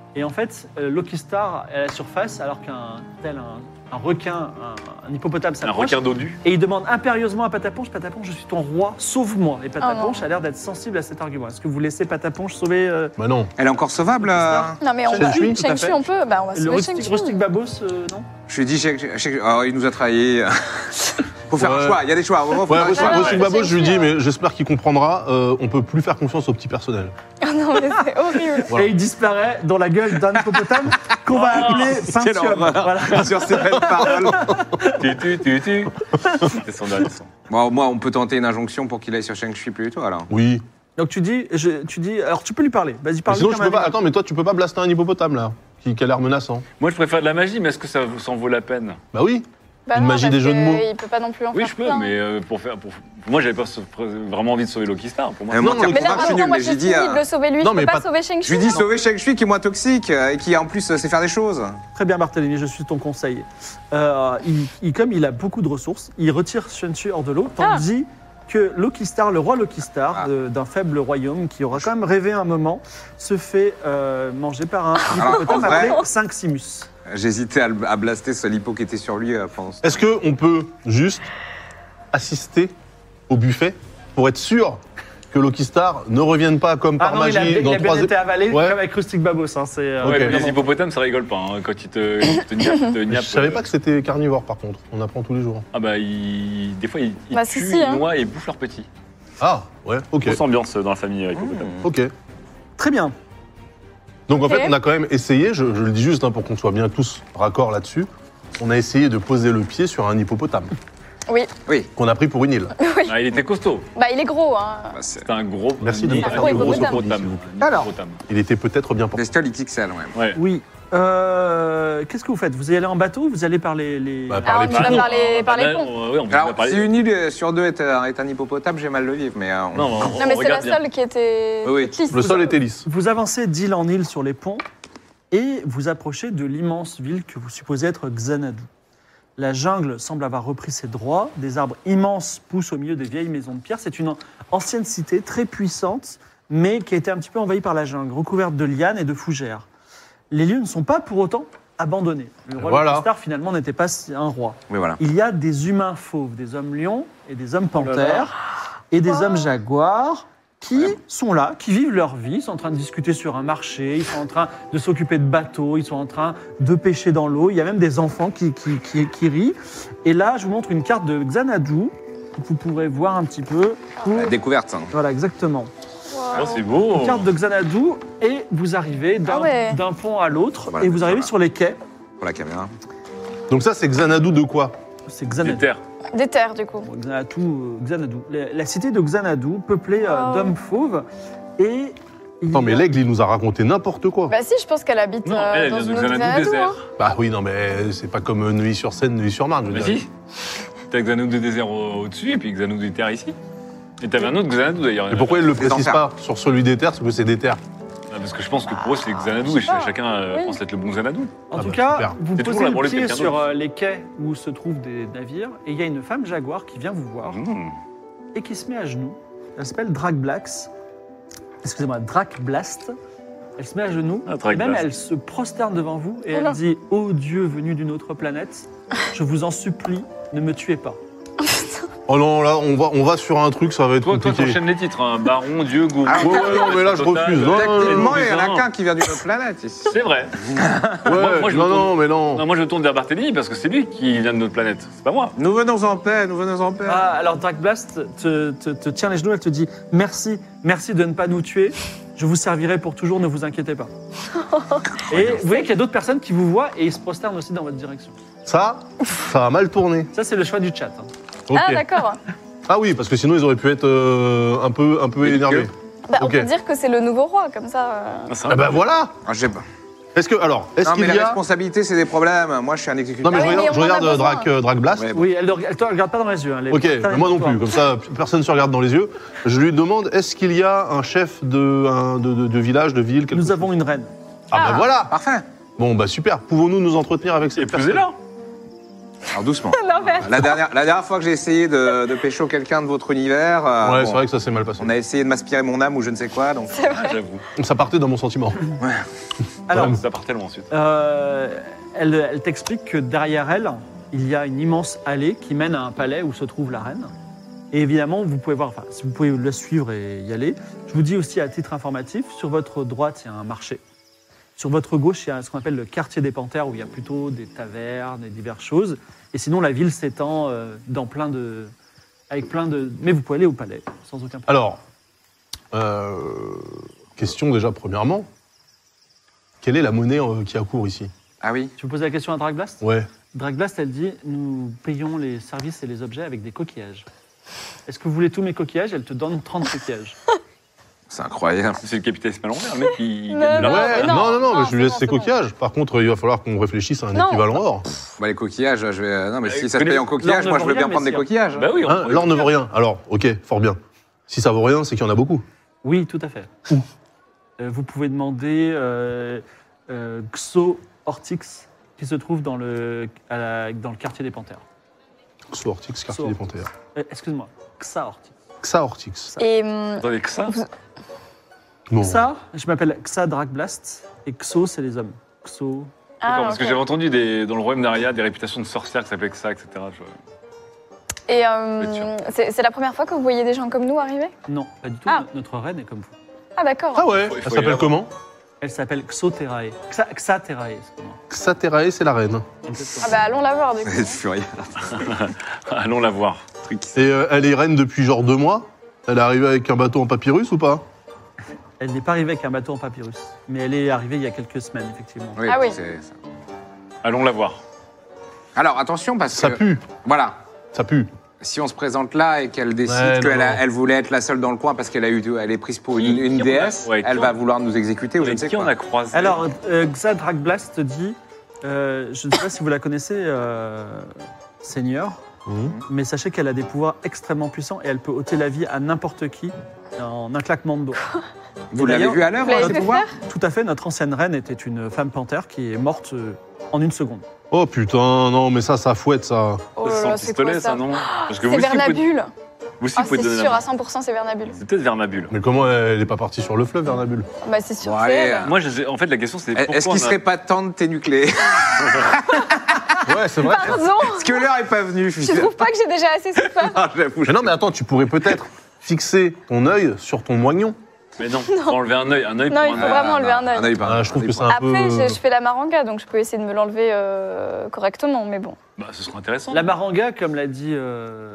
Et en fait, euh, Loki Star est à la surface, alors qu'un tel un, un requin, un, un hippopotame Un s'approche. requin dodu. Et il demande impérieusement à Pataponche, Pataponche, je suis ton roi, sauve-moi. Et Pataponche Oh non. a l'air d'être sensible à cet argument. Est-ce que vous laissez Pataponche sauver euh, Bah non. Elle est encore sauvable euh Non, mais on Shang va. Tsung, tout à Shang fait. Tsung, on peut. Bah, on va le sauver rustic, Shang rustic Tsung. Babos, euh, non Je lui ai dit, je- je- je- oh, il nous a trahis. Faut faire un Ouais. choix, il y a des choix. À un moment, faut Ouais, faire un Rustic choix. ouais, Rustic ouais. Babos, je lui dis, Shang-Chi, mais j'espère qu'il comprendra, euh, on peut plus faire confiance au petit personnel. Ah non, mais c'est horrible. Voilà. Et il disparaît dans la gueule d'un hippopotame qu'on va appeler Quelle Pentium. horreur. Voilà. Sur ces belles paroles. Tu, tu, tu, tu. C'était son dernier son. Bon, moi, on peut tenter une injonction pour qu'il aille sur Shang-Chi plus tôt, alors. Oui. Donc tu dis, je- tu dis, alors tu peux lui parler. Vas-y, Mais parle. sinon, je peux pas. Attends, mais toi, tu peux pas blaster un hippopotame, là, qui, qui a l'air menaçant. Moi, je préfère de la magie, mais est-ce que ça s'en vaut la peine? Bah oui. Bah Une non, magie parce des jeux de que mots. Il peut pas non plus en Oui, faire je peux, plein. mais euh, pour faire. Pour... Moi, j'avais pas sau- vraiment envie de sauver Loki Star. Pour moi, Euh, c'est- moi, Non, t'es mais Mais là, convaincu, je suis attends, nul, moi, mais j'ai j'ai dit. fini euh, de le sauver lui. Non, Je mais peux pas pas- sauver Shang-Chi. Je lui dis non. sauver Shang-Chi qui est moins toxique euh, et qui en plus euh, sait faire des choses. Très bien, Barthélemy, je suis ton conseil. Euh, il, il- comme il a beaucoup de ressources, il retire Shang-Chi hors de l'eau, tandis que Loki Star, le roi Loki Star, Ah. de- d'un faible royaume qui aura quand même rêvé un moment, se fait euh, manger par un Alors, hippopotame en vrai- appelé Cinq-Simus. J'hésitais à, le- à blaster ce lipo qui était sur lui euh, pendant ce Est-ce qu'on peut juste assister au buffet pour être sûr que Loki Star ne revienne pas comme Ah par non, il a, magie il dans a bien trois été avalé, Ouais. comme avec Rustic Babos. Hein, c'est, euh, Ouais, Ok. mais les évidemment. hippopotames, ça rigole pas. Hein. Quand ils te, ils te niappent, te Je niappent, savais euh, pas que c'était carnivore par contre, on apprend tous les jours. Ah bah, ils... des fois, ils, ils Bah, si, tuent, si, ils hein. noient et bouffent leurs petits. Ah, ouais, ok. Grosse ambiance dans la famille euh, hippopotame. Ok. Très bien. Donc en Ok. fait, on a quand même essayé, je, je le dis juste hein, pour qu'on soit bien tous raccord là-dessus, on a essayé de poser le pied sur un hippopotame Oui. Oui. qu'on a pris pour une île. Ah, il était costaud. Bah, il est gros, hein. Bah, c'est C'était un gros. Merci un de me gros faire le gros hippopotame. hippopotame, s'il vous plaît. Un Alors. hippopotame. Il était peut-être bien porté. bestiole X X L, ouais. Ouais. Oui. Euh, Qu'est-ce que vous faites? Vous allez aller en bateau ou vous allez par les... les- Bah, par Ah, les on y va petits par les, par les Bah, ponts. on- ouais, on peut Alors, parler. si une île sur deux est, un- est un hippopotame, j'ai mal le vivre, mais euh, on- Non, on- on Non, mais c'est la regarde bien. seule qui était Oui, oui. toute lisse. Le sol était lisse. Vous avancez d'île en île sur les ponts et vous approchez de l'immense ville que vous supposez être Xanadu. La jungle semble avoir repris ses droits. Des arbres immenses poussent au milieu des vieilles maisons de pierre. C'est une ancienne cité très puissante, mais qui a été un petit peu envahie par la jungle, recouverte de lianes et de fougères. Les lieux ne sont pas pour autant abandonnés. Le roi Voilà. Loki Star, finalement, n'était pas un roi. oui, voilà. Il y a des humains fauves, des hommes lions et des hommes là là. panthères et des Wow. hommes jaguars qui sont là, qui vivent leur vie, ils sont en train de discuter sur un marché, ils sont en train de s'occuper de bateaux, ils sont en train de pêcher dans l'eau, il y a même des enfants qui, qui, qui, qui rient. Et là, je vous montre une carte de Xanadu, que vous pourrez voir un petit peu. Pour... La découverte, hein. Voilà, exactement. Oh, c'est beau. Une carte de Xanadu et vous arrivez d'un Ah ouais. d'un pont à l'autre Voilà, et vous arrivez voilà. sur les quais. pour la caméra. Donc ça, c'est Xanadu de quoi? C'est Des Xanadu. terres. Des terres, du coup. Bon, Xanadu, euh, Xanadu. La, la cité de Xanadu, peuplée euh, Oh. d'hommes fauves. Et il Attends, y mais a- l'aigle, il nous a raconté n'importe quoi. Bah si, je pense qu'elle habite Non, euh, elle, elle dans vient de une autre Xanadu Xanadu, désert. hein. Bah oui, non, mais c'est pas comme Neuilly-sur-Seine, Neuilly-sur-Marne, je veux Mais dire. si. T'as Xanadu de désert au- au-dessus et puis Xanadu des terres ici. Et t'avais un autre Xanadu d'ailleurs. Et pourquoi il le Les précise enfers. pas sur celui des terres? Parce que c'est des terres. Ah, Parce que je pense que pour eux c'est Xanadu je et sais pas. chacun euh, Oui. pense être le bon Xanadu. En Ah tout bah, cas, super. vous C'est toujours posez la le branlée de pied quelqu'un sur d'autre. euh, les quais où se trouvent des navires et il y a une femme jaguar qui vient vous voir Mmh. et qui se met à genoux. Elle s'appelle Dracblax. Excusez-moi, Dracblast. Elle se met à genoux Ah, et Dracblast. même elle se prosterne devant vous et Oh elle là. dit « Ô Dieu venu d'une autre planète, je vous en supplie, ne me tuez pas. Oh non, là, on va, on va sur un truc, ça va être Toi, toi, compliqué. t'enchaînes les titres. Hein. Baron, Dieu, gourou. Ah, ouais, ouais, non, mais là, je refuse. Non, non, Techniquement, il y en non. a qu'un qui vient d'une autre planète ici. C'est vrai. Ouais, Moi- moi, je non, me non, mais non. Non, moi je tourne vers Barthélemy parce que c'est lui qui vient de notre planète. C'est pas moi. Nous venons en paix, nous venons en paix. Ah, alors Dracblast te, te, te tient les genoux, elle te dit « Merci, merci de ne pas nous tuer. Je vous servirai pour toujours, ne vous inquiétez pas. » Et vous voyez qu'il y a d'autres personnes qui vous voient et ils se prosternent aussi dans votre direction. Ça, ça a mal tourné. Ça, c'est le choix du chat. hein. Ok. Ah, d'accord. Ah oui, parce que sinon, ils auraient pu être euh, un peu, un peu Belliqueux. énervés. Bah, on Ok. peut dire que c'est le nouveau roi, comme ça. euh. Ah, c'est Ah bah voilà. Ah, je sais pas. Est-ce que, alors, est-ce Non, mais qu'il la y a... responsabilité, c'est des problèmes. Moi, je suis un exécuteur. Non, mais Ah je oui, regarde, mais je on en a regarde euh, besoin. Drac, euh, Drac Blast. Ouais. Oui, elle ne te regarde pas dans les yeux. hein, les- Ok, T'as mais moi non toi. plus, comme ça personne ne se regarde dans les yeux. Je lui demande, est-ce qu'il y a un chef de, un- de, de- de village, de ville quelque Nous chose avons une reine. Ah bah Ah. voilà. Parfait. Bon bah super, pouvons-nous nous entretenir avec cette personne? Épousez-la. Alors doucement. Non, mais La dernière, la dernière fois que j'ai essayé de, de pécho quelqu'un de votre univers, euh, Ouais, bon, c'est vrai que ça s'est mal passé. on a essayé de m'aspirer mon âme ou je ne sais quoi, donc... c'est vrai. Ah, j'avoue. Ça partait dans mon sentiment. Alors, Ouais. Ça partait loin ensuite. euh, elle, elle t'explique que derrière elle, il y a une immense allée qui mène à un palais où se trouve la reine. Et évidemment, vous pouvez voir, enfin, si vous pouvez la suivre et y aller. Je vous dis aussi à titre informatif, sur votre droite, il y a un marché. Sur votre gauche, il y a ce qu'on appelle le quartier des Panthères, où il y a plutôt des tavernes et diverses choses. Et sinon, la ville s'étend euh, dans plein de, avec plein de. Mais vous pouvez aller au palais sans aucun problème. Alors, euh, question déjà premièrement. Quelle est la monnaie euh, qui a cours ici? Ah oui. Tu veux poser la question à Dragblast? Ouais. Dragblast, elle dit, nous payons les services et les objets avec des coquillages. Est-ce que vous voulez tous mes coquillages? Elle te donne trente coquillages. C'est incroyable. C'est le capitalisme à l'envers, le mec qui Non, gagne de non, l'argent. Ouais, non, non, non, non, non, mais je lui c'est laisse bon, ses c'est bon. coquillages. Par contre, il va falloir qu'on réfléchisse à un Non. équivalent or. Bah, les coquillages, je vais... Non, mais si Euh, ça se paye en l'or coquillages, ne moi, je vaut veux bien rien, prendre des messieurs. coquillages. Bah oui, on Hein, prend l'or les ne vaut rien. Alors, ok, fort bien. Si ça vaut rien, c'est qu'il y en a beaucoup. Oui, tout à fait. Euh, vous pouvez demander euh, euh, Xo Ortix, qui se trouve dans le, à la- dans le quartier des Panthères. Xortix, quartier Xo. des Panthères. Euh, Excuse-moi, Xa Ortix. Xaortix. Et hum, Attendez, que ça Bon. Xa, je m'appelle Xa Dragblast, et Xo, c'est les hommes. Xo. ah, D'accord, parce que ok. j'avais entendu des, dans le royaume d'Aria des réputations de sorcières qui s'appelaient que ça, et cetera. Je- Et Faut être sûr. euh, c'est c'est la première fois que vous voyez des gens comme nous arriver? Non, pas du tout. Ah. Notre reine est comme vous. Ah d'accord. Ah ouais, Faut- il faut elle y s'appelle aller comment? Elle s'appelle Xoterae. Xa, Xaterae, excuse-moi. Xaterae, c'est la reine. Exactement. Ah bah allons la voir du coup. C'est furieux. Allons la voir. Truc qui- Et euh, elle est reine depuis genre deux mois. Elle est arrivée avec un bateau en papyrus ou pas? Elle n'est pas arrivée avec un bateau en papyrus, mais elle est arrivée il y a quelques semaines, effectivement. Oui, Ah oui. c'est ça. Allons la voir. Alors, attention, parce Ça que... pue, Voilà. ça pue. Si on se présente là et qu'elle décide Ouais, qu'elle non. a- elle voulait être la seule dans le coin parce qu'elle a eu, elle est prise pour une, Qui- une qui on a- déesse, ouais, qui elle on- va vouloir nous exécuter ou je Mais ne sais qui quoi. on a croisé Alors, euh, Xa Dragblast te dit, euh, je ne sais pas si vous la connaissez, euh, Seigneur, Mhm. mais sachez qu'elle a des pouvoirs extrêmement puissants et elle peut ôter la vie à n'importe qui en un claquement de doigts. Vous Et l'avez d'ailleurs, vu à l'heure, Vous l'avez euh, fait pouvoir Tout à fait, notre ancienne reine était une femme panthère qui est morte euh, en une seconde. Oh putain, non, mais ça, ça fouette, ça. Oh Ça là sent là, le c'est pistolet, quoi ça, ça? non Parce que C'est vous aussi, vous pouvez, Vernabule. vous aussi, Ah vous pouvez c'est donner sûr, la à cent pour cent c'est Vernabule. C'est peut-être Vernabule. Mais comment elle est pas partie sur le fleuve, Vernabule? Bah c'est sûr Bon, que allez, c'est elle. euh, Moi, je- en fait, la question, c'est pourquoi Est-ce qu'il on a- serait pas temps de t'énucléer? Ouais, c'est vrai. Pardon, Est-ce que l'heure est pas venue? tu trouves pas que j'ai déjà assez souffert? Ah, j'avoue. Mais non, mais attends, tu pourrais peut-être fixer ton œil sur ton moignon. Mais non, faut enlever un œil, un œil Non, pour il un faut œil. vraiment enlever un œil. par- Ah, je trouve un que œil c'est un peu. Après, je, je fais la maranga, donc je peux essayer de me l'enlever euh, correctement, mais bon. Bah, ce serait intéressant. La maranga, comme l'a dit euh,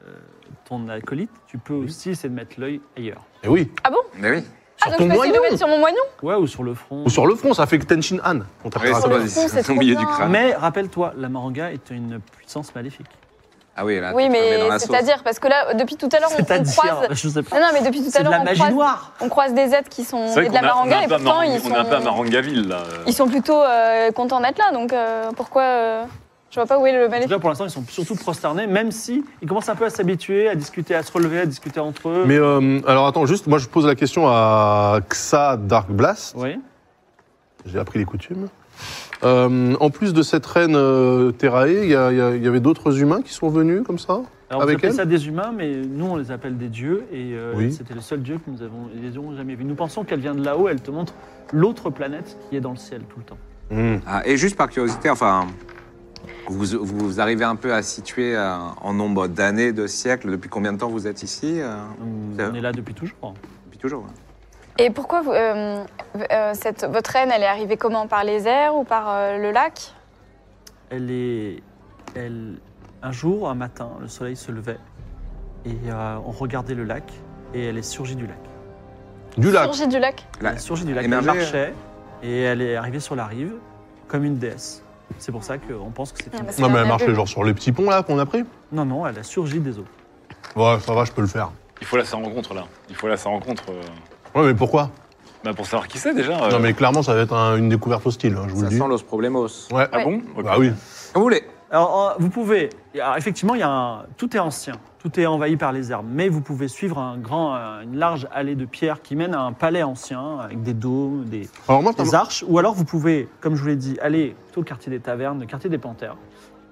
ton acolyte, tu peux aussi essayer de mettre l'œil ailleurs. Eh oui, Ah bon? Mais oui. Ah, sur donc ton je peux essayer de moignon. le mettre sur mon moignon? Ouais, ou sur le front. Ou sur le front, ça fait que Tenshin Han. On Oui, t'appellera ça le va, front, c'est c'est au trop milieu bien. du crâne. Mais rappelle-toi, la maranga est une puissance maléfique. Ah oui, là, Oui, t'es tombé mais dans la sauce. c'est-à-dire, parce que là, depuis tout à l'heure, on, on C'est-à-dire, croise. je sais pas. Non, non, mais depuis tout à C'est de l'heure, la on, magie croise- noire. on croise des êtres qui sont. C'est vrai Et de la qu'on a- on a maranga, un et peu à pourtant, Marang- ils on est un peu à sont. Marangaville, là. Ils sont plutôt euh, contents d'être là, donc euh, pourquoi. euh, Je vois pas où est le En tout maléfique. cas, pour l'instant, ils sont surtout prosternés, même si ils commencent un peu à s'habituer, à discuter, à se relever, à discuter entre eux. Mais euh, alors attends, juste, moi je pose la question à Xa Darkblast. Oui. J'ai appris les coutumes. Euh, en plus de cette reine euh, Terrae, il y, a- il y a- il y avait d'autres humains qui sont venus comme ça? Alors, Avec vous appelez elle ça des humains, mais nous, on les appelle des dieux, et euh, Oui. c'était le seul dieu que nous avons, les avons jamais vu. Nous pensons qu'elle vient de là-haut, elle te montre l'autre planète qui est dans le ciel tout le temps. Hmm. Ah, et juste par curiosité, enfin, vous, vous arrivez un peu à situer euh, en nombre d'années, de siècles, depuis combien de temps vous êtes ici euh, Hum, C'est On vrai. est là depuis toujours. Depuis toujours. hein. Et pourquoi vous, euh, euh, cette, votre reine, elle est arrivée comment? Par les airs ou par euh, le lac? Elle est, elle, un jour, un matin, le soleil se levait et euh, on regardait le lac et elle est surgie du lac. Du lac. Surgie du lac. Elle est surgie du lac. Elle émergée, marchait et elle est arrivée sur la rive comme une déesse. C'est pour ça qu'on pense que c'est Ah, une. bah, c'est Non, mais elle Vernabule. marchait genre sur les petits ponts là qu'on a pris. Non, non, elle a surgi des eaux. Ouais, ça va, je peux le faire. Il faut là sa rencontre, là. Il faut là sa rencontre euh, Ouais, mais pourquoi? bah, pour savoir qui c'est, déjà. euh. Non, mais clairement, ça va être un- une découverte hostile, hein, je vous Ça le dis. sent los problemos. Ouais. Ah bon Ok. Bah oui. Comme vous voulez. Alors, euh, vous pouvez. Alors, effectivement, il y a un- tout est ancien, tout est envahi par les herbes, mais vous pouvez suivre un grand, euh, une large allée de pierre qui mène à un palais ancien avec des dômes, des, Alors moi, des arches. Ou alors, vous pouvez, comme je vous l'ai dit, aller plutôt au quartier des tavernes, le quartier des panthères.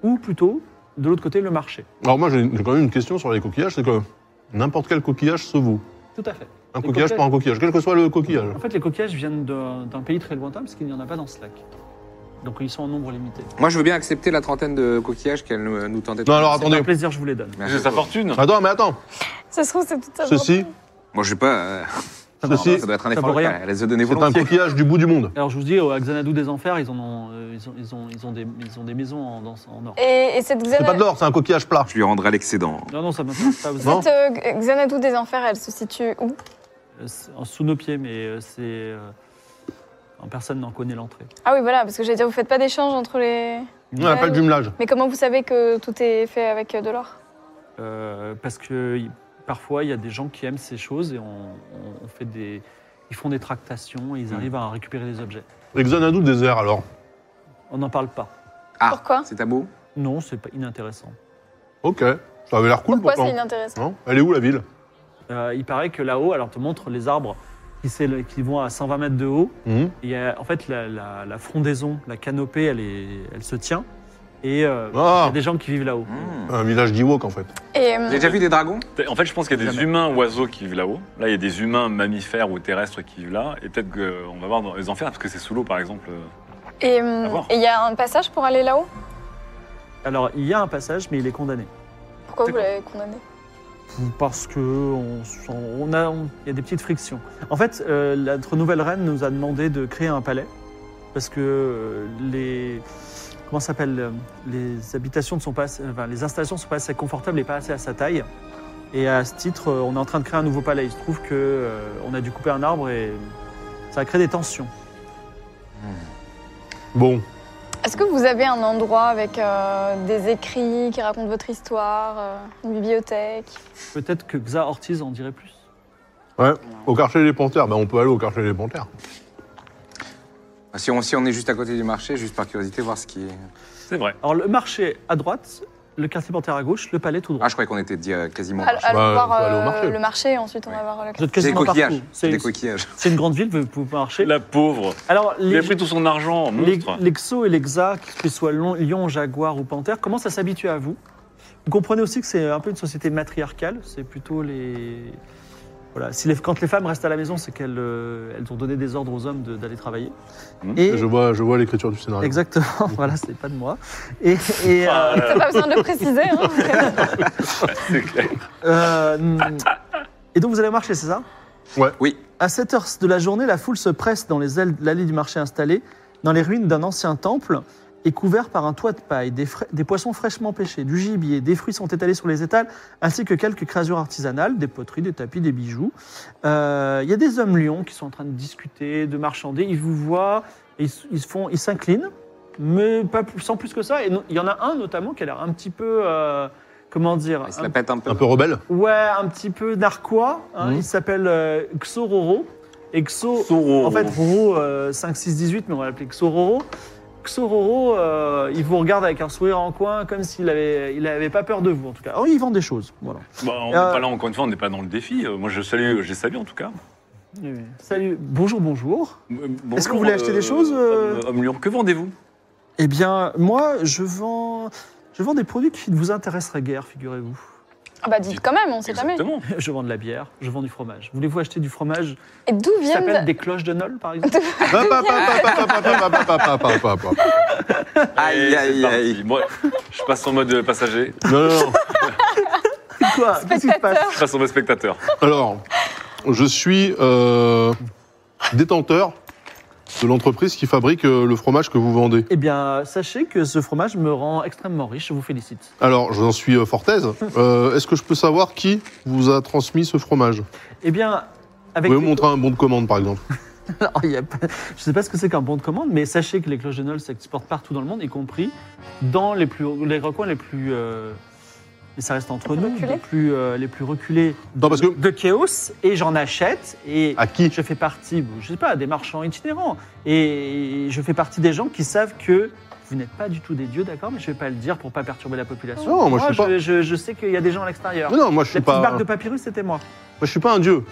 ou plutôt, de l'autre côté, le marché. Alors moi, j'ai j'ai quand même une question sur les coquillages, c'est que n'importe quel coquillage se vaut. Tout à fait. Un Les coquillage coquillages- pour un coquillage, quel que soit le coquillage. En fait, les coquillages viennent d'un d'un pays très lointain parce qu'il n'y en a pas dans ce lac. Donc ils sont en nombre limité. Moi, je veux bien accepter la trentaine de coquillages qu'elle nous, nous tentait de Non, alors C'est attendez. un plaisir, je vous les donne. Merci C'est sa beaucoup. fortune. Attends, mais attends. Ça se trouve, c'est toute sa Ceci, Moi, je sais pas. euh, ceci, ça doit être un ça effort vaut rien. local. Elle les a donnés c'est un volontiers. coquillage du bout du monde. Alors je vous dis, au Xanadu des Enfers, ils, en ont, euh, ils, ont, ils, ont, ils, ont des, ils ont des maisons en, dans- en or. Et, et cette C'est pas de Xanadu, l'or, c'est un coquillage plat. Je lui rendrai l'excédent. Non, non, ça m'intéresse pas. Vous Non. cette euh, Xanadu des Enfers, elle se situe où? Euh, c'est en- sous nos pieds, mais euh, c'est. euh, en personne n'en connaît l'entrée. Ah oui, voilà, parce que j'allais dire, vous faites pas d'échange entre les... On n'a pas le jumelage. Mais comment vous savez que tout est fait avec euh, de l'or? Euh, parce que y- parfois, il y a des gens qui aiment ces choses et on, on- on fait des. Ils font des tractations et ils Mm. arrivent à récupérer des objets. Et Xanadu désert alors. On n'en parle pas. Ah, Pourquoi c'est tabou. Non, c'est pas inintéressant. Ok, ça avait l'air cool Pourquoi pourtant. c'est inintéressant? Non, elle est où la ville? Euh, il paraît que là-haut, alors on te montre les arbres qui, s'éle- qui vont à cent vingt mètres de haut. Mhm. Il y a, en fait, la, la- la frondaison, la canopée, elle, est, elle se tient. Et euh, il y Ah, a des gens qui vivent là-haut. Mmh. un village d'Ewok en fait. Et, Vous euh, avez déjà vu des dragons? En fait, je pense qu'il y a des Jamais. humains oiseaux qui vivent là-haut. Là, il y a des humains mammifères ou terrestres qui vivent là. Et peut-être qu'on va voir dans les enfers, parce que c'est sous l'eau, par exemple. et euh, À voir. et il y a un passage pour aller là-haut? Alors, il y a un passage, mais il est condamné. Pourquoi C'est vous quoi l'avez condamné? Parce que on, sent- on a, on- il y a des petites frictions. En fait, euh, notre nouvelle reine nous a demandé de créer un palais parce que euh, les comment ça s'appelle euh, les habitations ne sont pas, assez- enfin, les installations ne sont pas assez confortables et pas assez à sa taille. Et à ce titre, euh, on est en train de créer un nouveau palais. Il se trouve que euh, on a dû couper un arbre et ça a créé des tensions. Bon, Est-ce que vous avez un endroit avec euh, des écrits qui racontent votre histoire, euh, une bibliothèque? Peut-être que Xa Ortiz en dirait plus. ouais, au quartier des Panthères, ben on peut aller au quartier des Panthères. Si on, si on est juste à côté du marché, juste par curiosité, voir ce qui est. C'est vrai. Alors le marché à droite, le quartier Panthère à gauche, le palais tout droit. Ah, je croyais qu'on était dit, euh, quasiment. au Allons marché. allons Bah, voir on peut aller au euh, marché. le marché et ensuite on Ouais. va voir le Vous êtes C'est des quasiment coquillages. partout. C'est C'est des coquillages. c'est une grande ville, vous pouvez marcher. La pauvre. Alors Il les, a pris tout son argent, Les, monstre. les Xos et les Xa, que ce soit lion, lion, jaguar ou panthère, commencent à s'habituer à vous. Vous comprenez aussi que c'est un peu une société matriarcale. C'est plutôt les. Voilà. Si les, quand les femmes restent à la maison, c'est qu'elles euh, elles ont donné des ordres aux hommes de- d'aller travailler. Mhm. Et Je vois, je vois l'écriture du scénario. exactement. Voilà, c'est pas de moi. Et, et, Ah, euh, T'as pas besoin de le préciser. Hein. c'est clair. euh, et donc vous allez marcher, c'est ça? Oui. À cette heure de la journée, la foule se presse dans les ailes de l'allée du marché installée, dans les ruines d'un ancien temple, et couvert par un toit de paille. Des, fra- des poissons fraîchement pêchés, du gibier, des fruits sont étalés sur les étals, ainsi que quelques créations artisanales, des poteries, des tapis, des bijoux. Euh, Il y a des hommes lions qui sont en train de discuter, de marchander. Ils vous voient, et ils, s- ils se font, ils s'inclinent, mais pas plus- sans plus que ça. Et no- il y en a un notamment qui a l'air un petit peu, euh, comment dire, Il se un la pète un peu. Un peu rebelle. Ouais, un petit peu narquois. Hein. Mhm. Il s'appelle euh, Xororo. Et Xo, Soro. en fait, Roro euh, cinq, six, dix-huit, mais on va l'appeler Xororo. Xororo, euh, il vous regarde avec un sourire en coin, comme s'il avait, il avait pas peur de vous, en tout cas. Oh, il vend des choses, voilà. Bah, on n'est Euh, pas là, encore une fois, on n'est pas dans le défi. Euh, Moi, je salue, j'ai salué en tout cas. Oui. Salut, bonjour, bonjour. Euh, bonjour, Est-ce que vous voulez acheter des choses, euh Homme, homme lion, que vendez-vous? Eh bien, moi, je vends, je vends des produits qui ne vous intéresseraient guère, figurez-vous. Ah bah dites quand même, on sait jamais. Exactement. Je vends de la bière, je vends du fromage. Voulez-vous acheter du fromage Et d'où qui viennent... s'appelle des cloches de Nol, par exemple? Hop, hop, hop, hop, hop, hop, hop, hop, hop, hop, hop, hop. Aïe, Et aïe, c'est parti. aïe. Moi, je passe en mode passager, Non, non, non. Quoi? Qu'est-ce qui se passe? je passe en mode spectateur. Alors, je suis euh, détenteur de l'entreprise qui fabrique euh, le fromage que vous vendez. Eh bien, sachez que ce fromage me rend extrêmement riche, je vous félicite. Alors, j'en suis euh, fort aise. Euh, Est-ce que je peux savoir qui vous a transmis ce fromage? Eh bien, Vous avec... pouvez me montrer un bon de commande, par exemple. Alors, il y a pas- je ne sais pas ce que c'est qu'un bon de commande, mais sachez que les cloches de Nol s'exportent partout dans le monde, y compris dans les, plus, les recoins les plus... euh, mais ça reste entre Les plus nous, reculés les plus, euh, les plus reculés Non, parce que... de Chaos, et j'en achète, et À qui? je fais partie, je sais pas, des marchands itinérants, et je fais partie des gens qui savent que vous n'êtes pas du tout des dieux, d'accord, mais je ne vais pas le dire pour pas perturber la population. Non, moi, je suis pas- je, je sais qu'il y a des gens à l'extérieur. Non, non, moi, je La suis petite pas... barque de Moi, papyrus, c'était moi. je suis pas un dieu.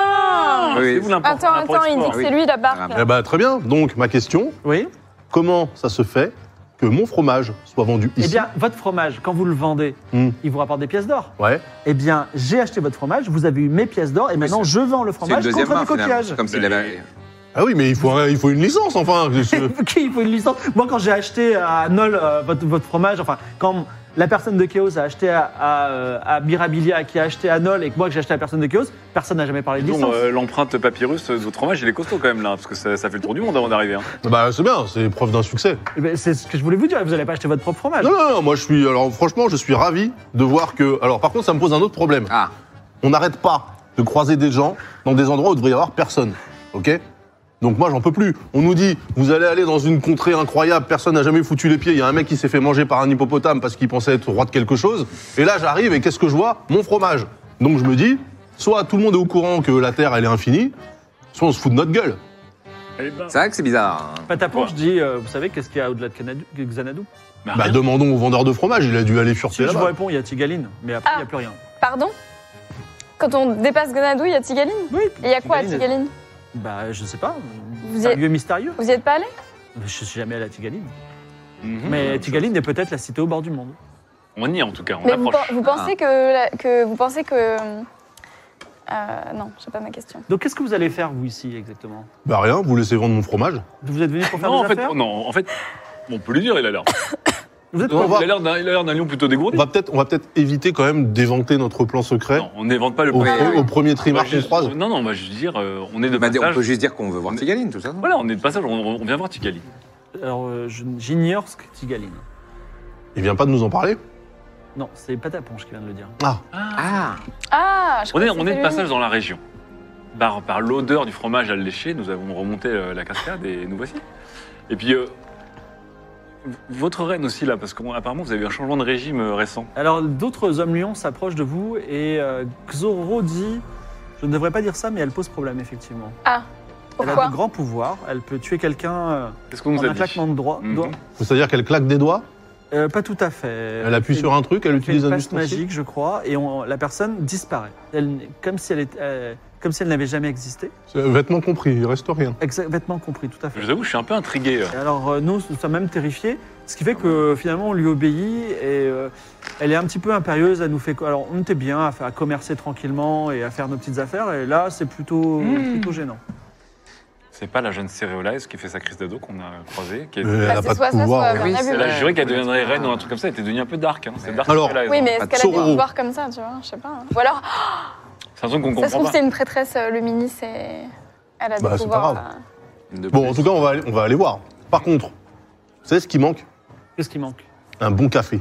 Ah Oui. C'est vous l'import- Attends, attends, il dit l'import-export. que oui. c'est lui la barque. Ah, là. Eh ben, très bien. Donc, ma question, Oui. comment ça se fait que mon fromage soit vendu Eh ici. bien, votre fromage, quand vous le vendez, Hmm. il vous rapporte des pièces d'or. Ouais. Eh bien, j'ai acheté votre fromage, vous avez eu mes pièces d'or, et maintenant c'est- je vends le C'est une fromage deuxième contre main, des finalement. coquillages. C'est comme s'il avait... Ah oui, mais il faut, un- il faut une licence, enfin. Je- Qui il faut une licence? Moi, quand j'ai acheté à Nol euh, votre, votre fromage, enfin, quand la personne de Chaos a acheté à, à, euh, à Mirabilia, qui a acheté à Nol, et que moi que j'ai acheté à la personne de Chaos, personne n'a jamais parlé de Disons, licence. euh, l'empreinte papyrus de votre fromage, il est costaud quand même là, parce que ça, ça fait le tour du monde avant d'arriver. Hein. bah, c'est bien, c'est preuve d'un succès. Eh ben, c'est ce que je voulais vous dire, vous n'allez pas acheter votre propre fromage. Non, non, non, moi je suis. Alors franchement, je suis ravi de voir que. Alors par contre, ça me pose un autre problème. Ah, On n'arrête pas de croiser des gens dans des endroits où il devrait y avoir personne. Ok? Donc moi, j'en peux plus. On nous dit, vous allez aller dans une contrée incroyable, personne n'a jamais foutu les pieds. Il y a un mec qui s'est fait manger par un hippopotame parce qu'il pensait être roi de quelque chose. Et là, j'arrive et qu'est-ce que je vois? Mon fromage. Donc je me dis, soit tout le monde est au courant que la Terre, elle est infinie, soit on se fout de notre gueule. Eh ben, c'est vrai que c'est bizarre. hein. Patapon, Quoi je dis, euh, vous savez qu'est-ce qu'il y a au-delà de Canadu- Xanadu? bah, Bah rien. demandons au vendeur de fromage, il a dû aller Si fureter je vous là-bas. réponds, il y a Tigaline, mais après, il n'y a Ah. plus rien. Pardon? Quand on dépasse Ganadou, il y a Tigaline? Oui, Et il y a quoi à Tigaline? Bah, je sais pas. Vous C'est un y êtes- lieu mystérieux. Vous y êtes pas allé? Je suis jamais allé à Tigaline. Mhm, Mais même Tigaline est peut-être la cité au bord du monde. chose. On y est en tout cas, on Mais vous, approche. pen- vous pensez que, la- que vous pensez que euh, non, je sais pas ma question. Donc, qu'est-ce que vous allez faire, vous, ici, exactement? Bah rien, vous laissez vendre mon fromage. Vous êtes venu pour faire Non, des en fait, affaires non, en fait, on peut lui dire, il a l'air. Vous êtes On quoi va- Il a l'air d'un il a l'air d'un lion plutôt On dégourdi. va peut-être on va peut-être éviter quand même d'éventer notre plan secret Non, on n'invente pas le au, premier. pre- au premier On va trimestre qu'on juste- croise. Non, non, on va juste dire, euh, on est de Bah, on passage. peut juste dire qu'on veut voir Tigaline, tout ça. non Voilà, on est de passage, on, on vient voir Tigali. Alors, euh, je- j'ignore ce que Tigaline. Il vient pas de nous en parler? Non, c'est Pataponche qui vient de le dire. Ah, Ah, Ah, je On est, crois que on est c'était de passage lui. dans la région. Par, par l'odeur du fromage à lécher, nous avons remonté euh, la cascade et nous voici. Et puis, euh, v- votre reine aussi, là, parce qu'apparemment, vous avez eu un changement de régime euh, récent. Alors, d'autres hommes lions s'approchent de vous et euh, Xoro dit, je ne devrais pas dire ça, mais elle pose problème, effectivement. Ah, Elle a pourquoi? de grands pouvoirs, elle peut tuer quelqu'un euh, Qu'est-ce qu'on en nous a un dit claquement de droit. Mhm. doigts. c'est-à-dire qu'elle claque des doigts, Euh, pas tout à fait. elle appuie sur un truc, elle Elle fait utilise une un passe ustensile. magique, je crois, et on- la personne disparaît. Elle, comme si elle, était, euh, comme si elle n'avait jamais existé. C'est- Vêtements compris, il reste rien. Exactement compris, tout à fait. Je vous avoue, je suis un peu intrigué. euh. Et alors euh, nous, nous sommes même terrifiés, ce qui fait que finalement on lui obéit et euh, elle est un petit peu impérieuse, elle nous fait... Alors on était bien à, faire- à commercer tranquillement et à faire nos petites affaires et là c'est plutôt, Mmh. plutôt gênant. C'est pas la jeune Céréolaise qui fait sa crise d'ado qu'on a croisée qui est... Euh, elle Bah, a c'est pas soit de ça, pouvoir. soit ouais. Oui, Vernabu. Elle a Ouais. juré qu'elle deviendrait reine ou un truc comme ça, elle était devenue un peu dark. Hein. C'est Ouais. dark Alors- Céréolaise, Oui, hein. mais est-ce Pas de qu'elle a des Soro. pouvoirs comme ça, tu vois? Je sais pas. Ou alors, C'est un truc qu'on ça se comprend trouve, pas. c'est une prêtresse euh, luminis et elle a des Bah, c'est pas pouvoirs. grave. euh, De Bon, plus. en tout cas, on va aller, on va aller voir. Par contre, vous savez ce qui manque? Qu'est-ce qui manque? Un bon café.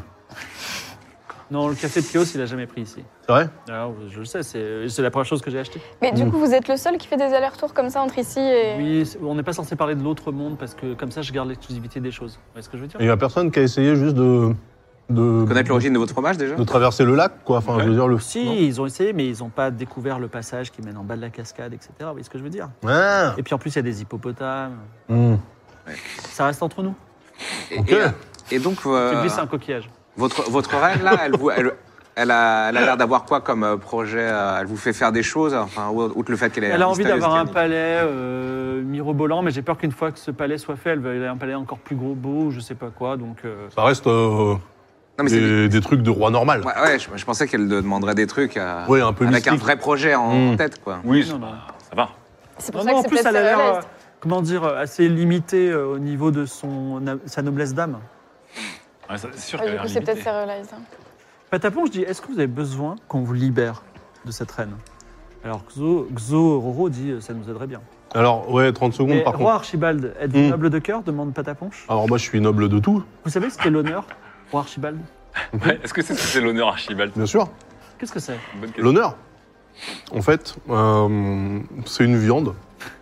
Non, le café de Chaos il a jamais pris ici. C'est vrai? Alors je le sais, c'est c'est la première chose que j'ai acheté. Mais du Mmh. coup, vous êtes le seul qui fait des allers-retours comme ça entre ici et. Oui, c'est- on n'est pas censé parler de l'autre monde parce que comme ça je garde l'exclusivité des choses. Vous voyez ce que je veux dire? Il y a personne qui a essayé juste de. de Connaître l'origine de votre fromage déjà de traverser le lac, quoi. Enfin, je veux dire, le. Si, non ils ont essayé, mais ils n'ont pas découvert le passage qui mène en bas de la cascade, et cetera. Vous voyez ce que je veux dire? Ah. Et puis en plus, il y a des hippopotames. Hmm. Ça reste entre nous. et, Ok. et- et donc, euh, Tu glisses un coquillage. votre, votre reine, là, elle, vous, elle, elle a elle a l'air d'avoir quoi comme euh, projet euh, Elle vous fait faire des choses, enfin, outre le fait qu'elle est Elle a envie mystérieuse, d'avoir un qu'elle- palais euh, mirobolant, mais j'ai peur qu'une fois que ce palais soit fait, elle veuille un palais encore plus gros, beau, je sais pas quoi. Donc, euh, Ça reste euh, Non, mais c'est- des, des trucs de roi normal. Ouais, ouais, je, je pensais qu'elle demanderait des trucs euh, Ouais, un peu avec un mystique. vrai projet en, Mm. en tête, quoi. Oui, Non, ça, non. ça va. C'est pour non, ça non, que en c'est plus, peut-être elle a l'air, Céréolaise. euh, comment dire, assez limitée euh, au niveau de son, sa noblesse d'âme. Ouais, ça- c'est sûr Ah, qu'elle du a coup, l'air c'est peut-être limitée. Céréolaise. hein. Patapon, je dis, est-ce que vous avez besoin qu'on vous libère de cette reine? Alors Xo, Xo Roro dit, euh, ça nous aiderait bien. Alors, ouais, trente secondes Et par roi contre. Archibald, êtes-vous Hmm. noble de cœur demande Pataponche. Alors, moi, je suis noble de tout, Vous savez ce qu'est l'honneur, roi Archibald? Ouais, est-ce que c'est ce que c'est l'honneur Archibald? bien sûr. Qu'est-ce que c'est? Bonne question. L'honneur, en fait, euh, c'est une viande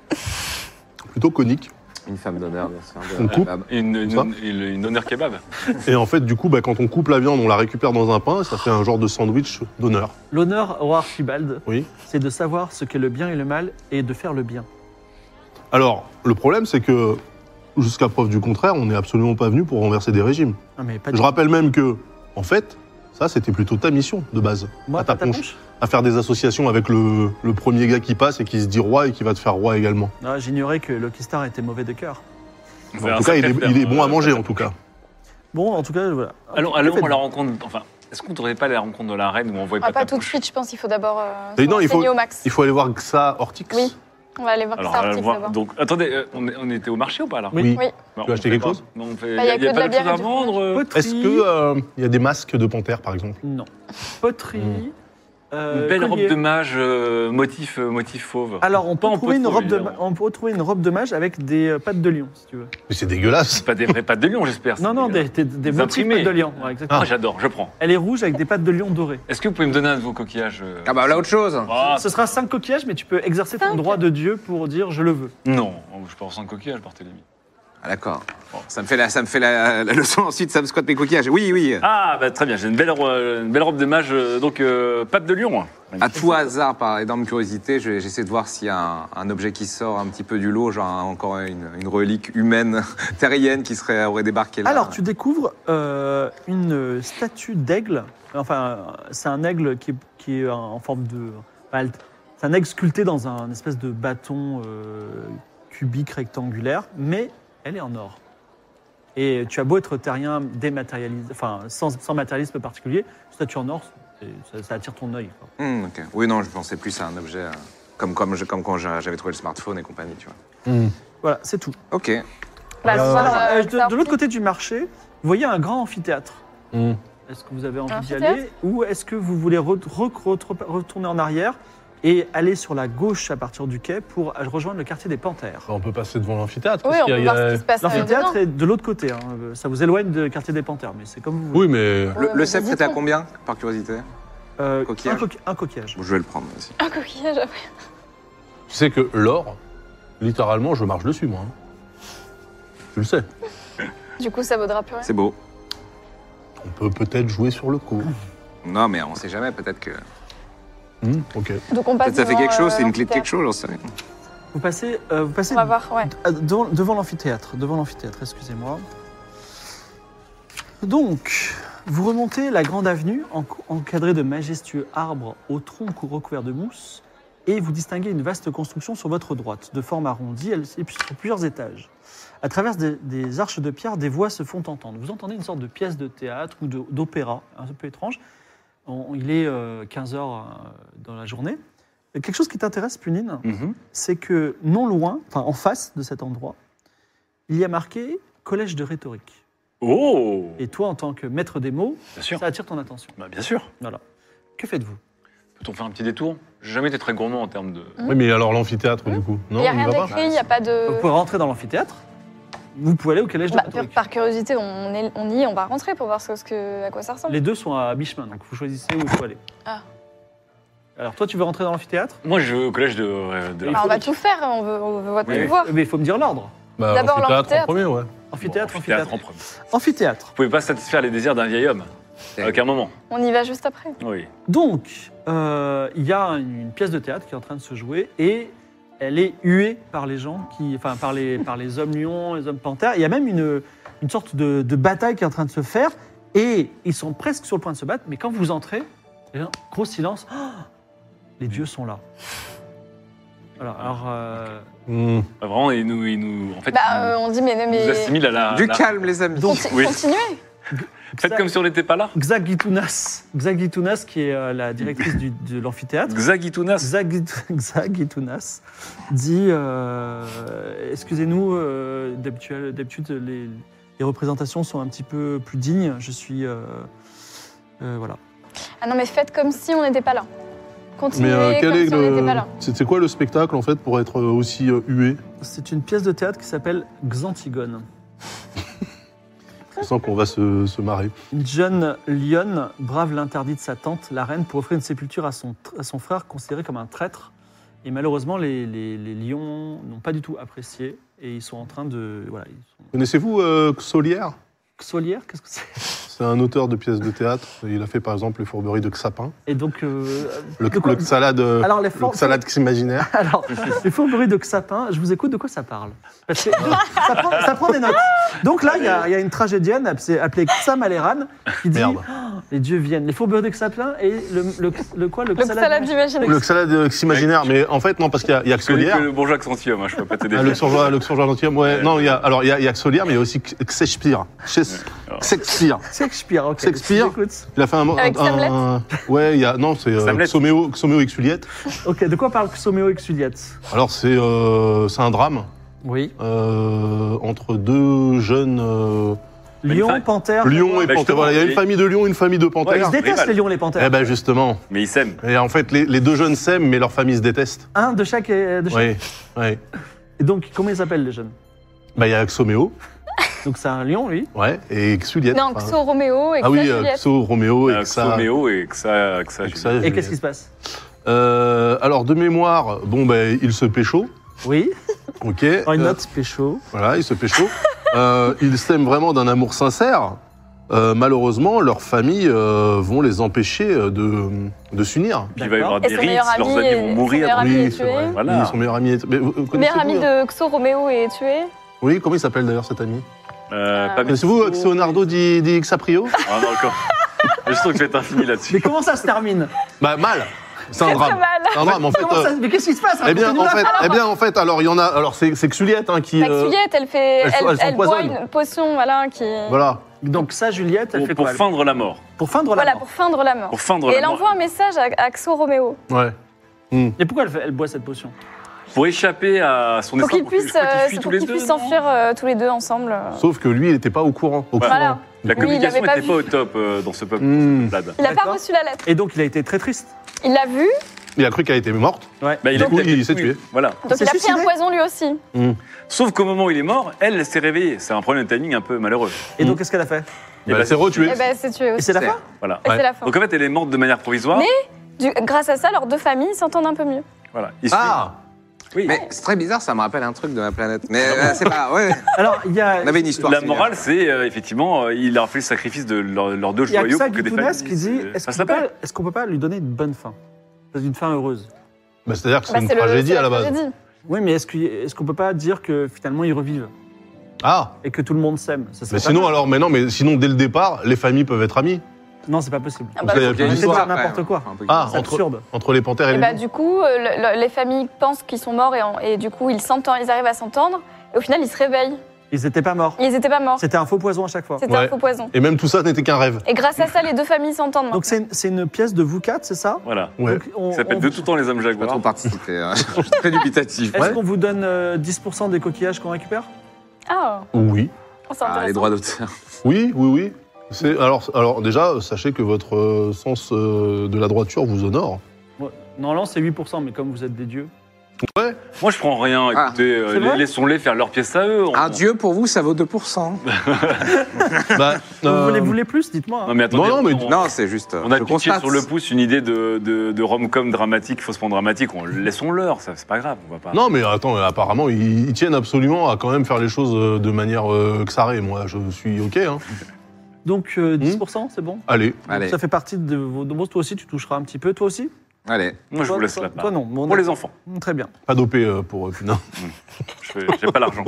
plutôt conique. Une femme d'honneur, bien sûr. On coupe. Une, une, Ça une, une honneur kebab. Et en fait, du coup, bah, quand on coupe la viande, on la récupère dans un pain et ça fait un genre de sandwich d'honneur. L'honneur, roi Archibald, Oui. c'est de savoir ce qu'est le bien et le mal et de faire le bien. Alors, le problème, c'est que, jusqu'à preuve du contraire, on n'est absolument pas venu pour renverser des régimes. Ah, mais pas du Je rappelle même que, en fait, ça, c'était plutôt ta mission de base. Moi, à ta Pataponche ponche. À faire des associations avec le, le premier gars qui passe et qui se dit roi et qui va te faire roi également. Ah, j'ignorais que Lucky Star était mauvais de cœur. Vous En avez tout un cas, il sacré est, frère, il est bon euh, à manger, en tout cas. Bon, en tout cas, voilà. Allons, Que allons faites-vous à la rencontre. Enfin, est-ce qu'on ne devrait pas aller à la rencontre de la reine où on voit Ah, pas tout de Patapouche suite, je pense qu'il faut d'abord euh, Mais se non, il faut- renseigner au max. Il faut aller voir Xa Ortix. Oui, on va aller voir Alors, ça allons article voir. d'abord. Donc, attendez, euh, on, est- on était au marché ou pas là Oui. Oui. Bon, Tu as on acheté fait quelque quoi chose Non, on fait. Bah, Il y a n'y que a, de pas la de choses bière à et du vendre euh Poterie. Est-ce qu'il y a des masques de panthère, par exemple? Non. Poterie. Hmm. euh, Une belle collier. robe de mage euh, motif, euh, motif fauve. Alors, on peut, Pas en trouver peau de une fauve, robe de, évidemment. on peut trouver une robe de mage avec des euh, pattes de lion, si tu veux. Mais c'est dégueulasse. C'est pas des vraies pattes de lion, j'espère. Non, c'est non, des, dégueulasse. des, des Des motifs imprimés. pattes de lion. ouais, exactement. Ah, j'adore, je prends. Elle est rouge avec des pattes de lion dorées. Est-ce que vous pouvez me donner un de vos coquillages euh, Ah bah là, autre chose. Ah, Ce sera cinq coquillages, mais tu peux exercer ton Cinq. droit de Dieu pour dire je le veux. Non, je pense en coquillage, Barthélemy. Ah, d'accord. Bon, ça me fait la, ça me fait la, la leçon ensuite, ça me squatte mes coquillages. Oui, oui. Ah, bah très bien, j'ai une belle, ro- une belle robe de mage, euh, donc euh, patte de lion. À tout hasard, par énorme curiosité, je- j'essaie de voir s'il y a un, un objet qui sort un petit peu du lot, genre un- encore une, une relique humaine, terrienne qui serait, aurait débarqué là. Alors, tu découvres euh, une statue d'aigle. Enfin, c'est un aigle qui est, qui est en forme de. enfin, elle- c'est un aigle sculpté dans un espèce de bâton euh, cubique rectangulaire, mais elle est en or. Et tu as beau être terrien dématérialisé, enfin sans, sans matérialisme particulier, une statue en or, c'est- ça, ça attire ton œil. quoi. Hmm, ok. Oui, non, je pensais plus à un objet euh, comme, comme, je- comme quand j'a- j'avais trouvé le smartphone et compagnie, tu vois. Hmm. Voilà, c'est tout. Ok. Bah, Alors, ce soir, alors, euh, euh, ça de, de article. l'autre côté du marché, vous voyez un grand amphithéâtre. Hmm. Est-ce que vous avez envie Un d'y amphithéâtre aller ou est-ce que vous voulez re- re- re- retourner en arrière et aller sur la gauche à partir du quai pour rejoindre le quartier des Panthères? On peut passer devant l'amphithéâtre. Oui, parce on qu'il y peut a- voir ce qui se passe euh, L'amphithéâtre dedans. est de l'autre côté. hein. Ça vous éloigne du quartier des Panthères, mais c'est comme vous voulez. Oui, mais Le, Ouais, le mais sceptre vas-y, était à prends. combien, par curiosité Euh, coquillage. un, coqui- un coquillage. Bon, je vais le prendre aussi. Un coquillage après. tu sais que l'or, littéralement, je marche dessus, moi. hein. Tu le sais. Du coup, ça vaudra plus rien. C'est beau. On peut peut-être jouer sur le coup. Non, mais on sait jamais, peut-être que. Hmm, ok. Donc on passe Peut-être ça fait devant, quelque chose, euh, c'est une clé de quelque l'amphithéâtre. chose, j'en sais rien. Vous passez, euh, vous passez On va voir, ouais. d- devant, devant l'amphithéâtre. Devant l'amphithéâtre, excusez-moi. Donc, vous remontez la grande avenue en- encadrée de majestueux arbres aux troncs recouverts de mousse et vous distinguez une vaste construction sur votre droite, de forme arrondie elle- et puis sur plusieurs étages. À travers des, des arches de pierre, des voix se font entendre. Vous entendez une sorte de pièce de théâtre ou de- d'opéra, un peu étrange. On- il est euh, quinze heures euh, dans la journée. Et quelque chose qui t'intéresse, Punine, Mhm. c'est que non loin, enfin en face de cet endroit, il y a marqué Collège de rhétorique. Oh Et toi, en tant que maître des mots, Bien sûr. ça attire ton attention. Bah, bien sûr. Voilà. Que faites-vous? Peut-on faire un petit détour J'ai jamais été très gourmand en termes de. Oui, mais alors l'amphithéâtre, du coup. Il Non, n'y a on y rien va pas d'écrit, il n'y a pas Vous de. pouvez rentrer dans l'amphithéâtre. Vous pouvez aller au Collège de Bah, rhétorique. par curiosité, on, est, on y est, on va rentrer pour voir ce, ce que, à quoi ça ressemble. Les deux sont à mi-chemin, donc vous choisissez où il faut aller. Ah. Alors toi, tu veux rentrer dans l'amphithéâtre? Moi, je vais au collège de. euh, de- Il Bah, faut on va que- tout faire, on veut, on veut tout Mais- voir. Mais il faut me dire l'ordre. Bah, D'abord l'amphithéâtre en l'amphithéâtre. premier, ouais. Amphithéâtre, Bon, amphithéâtre. en premier. Amphithéâtre. Vous pouvez pas satisfaire les désirs d'un vieil homme. À aucun moment. On y va juste après. Oui. Donc, euh, il y a une, une pièce de théâtre qui est en train de se jouer et elle est huée par les gens, qui, enfin par les, par les hommes lions, les hommes panthères. Il y a même une, une sorte de, de bataille qui est en train de se faire et ils sont presque sur le point de se battre. Mais quand vous entrez, eh bien, gros silence. Ah, les dieux sont là. Voilà, alors, euh, Hmm. Bah, vraiment, il nous, il nous. En fait, Bah, il euh, on dit, mais. nous, mais... nous assimile à la. Du la- calme, les amis. donc, Conti- Oui. Continuez. Faites comme si on n'était pas là. Xagitunas, Xagitunas, qui est euh, la directrice du- de l'amphithéâtre, Xagitunas. Xagit- Xagitunas dit euh, excusez-nous, euh, d'habitude, d'habitude, les, les représentations sont un petit peu plus dignes. Je suis. euh, euh, voilà. Ah non, mais faites comme si on n'était pas là. Continuez Mais euh, quel comme est si on n'était pas le. là. C'est c'est quoi le spectacle, en fait, pour être euh, aussi euh, hué? C'est une pièce de théâtre qui s'appelle Xantigone. Je sens qu'on va se, se marrer. Une jeune lionne brave l'interdit de sa tante, la reine, pour offrir une sépulture à son, à son frère considéré comme un traître. Et malheureusement, les, les- les lions n'ont pas du tout apprécié et ils sont en train de. Voilà, ils sont... Connaissez-vous euh, Solière? Solière, qu'est-ce que c'est? C'est un auteur de pièces de théâtre. Il a fait, par exemple, les fourberies de Xapin. Et donc. euh, Le, de quoi- le Xalade, euh, Alors, les le for- Xalade imaginaire. Alors, les fourberies de Xapin, je vous écoute, de quoi ça parle? Parce que ça, prend, ça prend des notes. Donc là, il y, a- il y a une tragédienne appelée appelée Xa Maléran qui dit Merde. Oh, Les dieux viennent. Les fourbures d'Exapin et le, le, le quoi Le Le salade d'imaginaire. Le Xalad imaginaire, mais en fait, non, parce qu'il y a, il y a Je connais Xolière. que le bourgeois accentueux, moi, je peux pas t'aider. Ah, le Xurgeois, le Xurgeois gentilhomme, ouais. Ouais. Non, il y a, alors, il y a, il y a Xolière, mais il y a aussi Xeshpire. Shakespeare. Shakespeare, ok. Shakespeare. Écoute. Il a fait un... Avec un, Samlet. un- ouais, il y a... Non, c'est euh, Samlet. Xoméo, Xoméo Exuliette. Ok, de quoi parle Xoméo Exuliette? Alors, c'est euh, c'est un drame Oui. euh, entre deux jeunes... euh, Une Lion, fa- panthère. lions et bah, panthères. justement, Voilà, il y a une les- famille de lions, une famille de Ils panthères. se détestent rival. les lions et les panthères. Eh ben justement. Mais ils s'aiment. Et en fait, les, les deux jeunes s'aiment, mais leur famille se déteste. Un de chaque. De chaque. Oui, oui. Et donc, comment ils s'appellent les jeunes? Bah, il y a Xoméo, Donc, c'est un lion, lui. ouais, et Exuliette. Non, Enfin, Xo Roméo et Ah oui, Xo euh, Juliette. Xo, Roméo et Euh, Xa. Xoméo et Xa, Xa, et Juliette. Xa, Et Juliette. qu'est-ce qui se passe? Euh, alors, de mémoire, bon, ben, ils se pécho. Oui. Ok. En une Euh, note pécho. Voilà, ils se pécho. euh, ils s'aiment vraiment d'un amour sincère. Euh, malheureusement, leurs familles euh, vont les empêcher euh, de, de s'unir. Puis il va y avoir Et des son rites, meilleur leurs ami amis est- vont son mourir. meilleur ami est c'est tué. vrai. Voilà. Oui, son meilleur ami est... Mais vous- vous Le meilleur ami connaissez-vous, hein de Xo Roméo est tué. Oui, comment il s'appelle d'ailleurs cet ami Euh, Ah. pas Connaissez-vous Xeonardo di, di Xaprio Ah non, encore. Je trouve que je vais être infini là-dessus. Mais comment ça se termine? Bah, mal. C'est un Très, drame. très mal. C'est un drame, en fait. Comment euh, ça... Mais qu'est-ce qui se passe? Eh bien, en Racontez-nous-la. fait, eh bien, en fait, alors il y en a. Alors c'est c'est Xuliette hein, qui. La euh, Xuliette, elle fait, elle elle, s'en- elle elle boit s'empoisonne. une potion, voilà, qui. Voilà. Donc, ça, Juliette, elle Pour, fait pour quoi? feindre la mort. Pour feindre la Voilà, mort. pour feindre la mort. Pour feindre Et la elle mort. envoie un message à, à Xo Roméo. Ouais. Et pourquoi elle, fait- elle boit cette potion? Pour échapper à son Pour destin. qu'ils puissent, je crois qu'ils euh, fuient pour tous les qu'ils deux, puissent non s'enfuir euh, tous les deux ensemble. Sauf que lui, il n'était pas au courant. Au Voilà. courant. La Oui, il communication l'avait pas n'était pas vu. au top euh, dans ce peuple. Hmm. Vlad. Il n'a pas D'accord. reçu la lettre. Et donc, il a été très triste. Il l'a vu, Il a cru qu'elle était morte. Ouais. Bah, il Du a coup, peut-être- il s'est oui, tué. Voilà. donc s'est il a pris suicidé un poison lui aussi. Sauf qu'au moment où il est mort, elle, elle s'est réveillée. C'est un problème de timing un peu malheureux. Et donc, qu'est-ce qu'elle a fait? Et Bah, bah, elle s'est retuée. Et ben c'est tué Et aussi. c'est la C'est- fin? Voilà. Et Ouais. c'est la fin. Donc en fait, elle est morte de manière provisoire. Mais- Du- grâce à ça, leurs deux familles s'entendent un peu mieux. Voilà. Ils Ah Oui. Mais c'est très bizarre, ça me rappelle un truc de ma planète. Mais euh, c'est pas. Ouais. Alors, il y a. On avait une histoire. La c'est morale, c'est euh, effectivement, euh, il a fait le sacrifice de leur- leurs deux Il y a joyaux ça pour que des Guitounas familles qui dit se- est-ce fassent qu'on la peut, paix. pas- est-ce qu'on peut pas lui donner une bonne fin? Une fin heureuse. Bah, c'est-à-dire que c'est Bah, une c'est le- tragédie c'est à la base. tragédie. Oui, mais est-ce qu'on est qu'on peut pas dire que finalement ils revivent Ah et que tout le monde s'aime? Ça serait mais pas sinon, mal. alors, mais non, mais sinon, dès le départ, les familles peuvent être amies. Non, c'est pas possible. Ah Parce bah, qu'il y a faut- Il y a une C'est histoire pas après, n'importe hein. quoi. Un peu Ah, C'est entre, absurde. entre les panthères et Et les bah lions. du coup, euh, le- le- les familles pensent qu'ils sont morts et, en- et du coup ils s'entendent, ils arrivent à s'entendre. Et au final, ils se réveillent. Ils étaient pas morts. Ils n'étaient pas morts. C'était un faux poison à chaque fois. C'était Ouais. un faux poison. Et même tout ça n'était qu'un rêve. Et grâce à ça, les deux familles s'entendent. Donc c'est une, c'est une pièce de vous quatre, c'est ça? Voilà. Ouais. Donc, on- Ça s'appelle on- de tout temps les hommes Pas trop jaguars. participer. hein. Je suis très dubitatif. Est-ce Ouais. qu'on vous donne euh, dix pour cent des coquillages qu'on récupère? Ah, Oui. oh, c'est Ah, les intéressant. droits d'auteur. Oui, oui, oui. C'est- Alors, alors déjà, sachez que votre euh, sens euh, de la droiture vous honore. Ouais. Normalement, c'est huit pour cent, mais comme vous êtes des dieux. Moi, je prends rien. Ah, Écoutez, euh, c'est vrai laissons-les faire leur pièce à eux. On- Un dieu pour vous, ça vaut deux pour cent. Bah, Vous euh, voulez, voulez plus? Dites-moi. hein. Non, mais attendez. Non, non, mais- on- Non, c'est juste. On a je pitché constate. sur le pouce une idée de, de, de rom-com dramatique, faussement dramatique. On, laissons-leur, ça, c'est pas grave. On va pas. Non, mais attends, apparemment, ils, ils tiennent absolument à quand même faire les choses euh, de manière euh, xarée. Moi, je suis OK. Hein. Donc euh, dix pour cent, c'est bon? Allez. Donc, Allez, ça fait partie de vos de vos- Toi aussi, tu toucheras un petit peu. Toi aussi? allez. Moi, je Toi- vous laisse toi- la part. Toi, non. Bon, Pour les d'accord. enfants. Mm, Très bien. Pas dopé euh, pour eux. Non. Je fais- J'ai pas l'argent.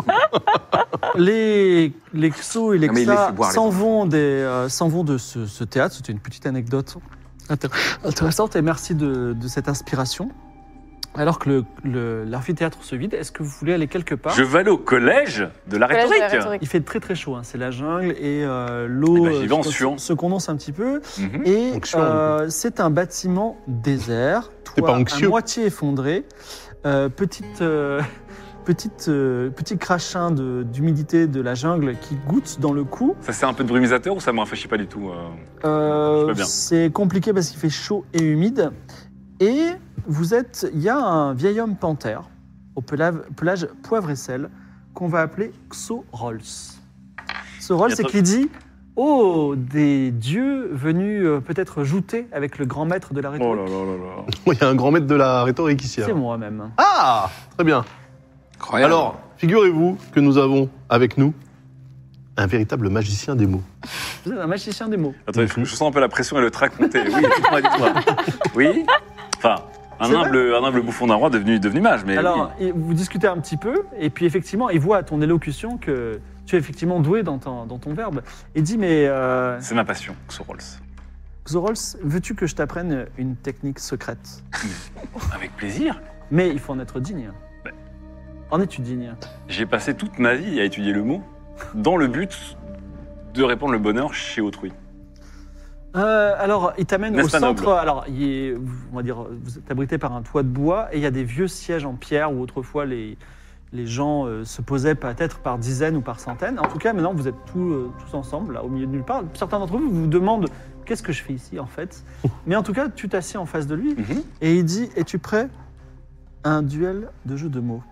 Les, les Xo et les Ah, mais il les Xa fait boire, les s'en enfants. vont, des, euh, s'en vont de ce, ce théâtre. C'était une petite anecdote intér- intéressante et merci de, de cette inspiration. Alors que le- le- l'amphithéâtre se vide, est-ce que vous voulez aller quelque part? Je vais aller au collège de la Collège de la rhétorique. rhétorique. Il fait très très chaud, hein. C'est la jungle et euh, l'eau Eh ben, j'y vais en se- suant. se condense un petit peu. Mhm. Et Onction, euh, c'est un bâtiment désert, T'es toit pas à anxieux? moitié effondré, euh, petite, euh, petite, euh, petit crachin de- d'humidité de la jungle qui goutte dans le cou. Ça, c'est un peu de brumisateur ou ça me rafraîchit pas du tout euh Euh, Je vais bien. c'est compliqué parce qu'il fait chaud et humide. Et vous êtes, il y a un vieil homme panthère au pelage, pelage poivre et sel qu'on va appeler Xo Rolls. Xo Rolls, Il y a c'est pas- qu'il dit oh, des dieux venus euh, peut-être jouter avec le grand maître de la Oh rhétorique. là là là là. Il y a un grand maître de la rhétorique ici. C'est alors. moi-même. Ah, très bien. Incroyable. Alors, figurez-vous que nous avons avec nous un véritable magicien des mots. Vous êtes un magicien des mots. Attendez, je, je sens un peu la pression et le trac monter. Oui, dites-moi, dites-moi. Oui. Enfin, un C'est humble, un humble bouffon d'un roi devenu, devenu mage, mais Alors, oui. il- vous discutez un petit peu, et puis effectivement, il voit à ton élocution que tu es effectivement doué dans ton, dans ton verbe. Il dit, mais euh, C'est ma passion, ce Rolls. Xorols, veux-tu que je t'apprenne une technique secrète? Avec plaisir. Mais il faut en être digne. Ouais. En es-tu digne? J'ai passé toute ma vie à étudier le mot dans le but de répandre le bonheur chez autrui. Euh, alors, il t'amène au N'est-ce pas centre. noble? Alors, il est, on va dire, vous êtes abrité par un toit de bois et il y a des vieux sièges en pierre où autrefois les, les gens euh, se posaient peut-être par dizaines ou par centaines. En tout cas, maintenant, vous êtes tous, euh, tous ensemble, là, au milieu de nulle part. Certains d'entre vous vous demandent qu'est-ce que je fais ici, en fait. Mais en tout cas, tu t'assieds en face de lui Mhm. et il dit es-tu prêt à un duel de jeux de mots?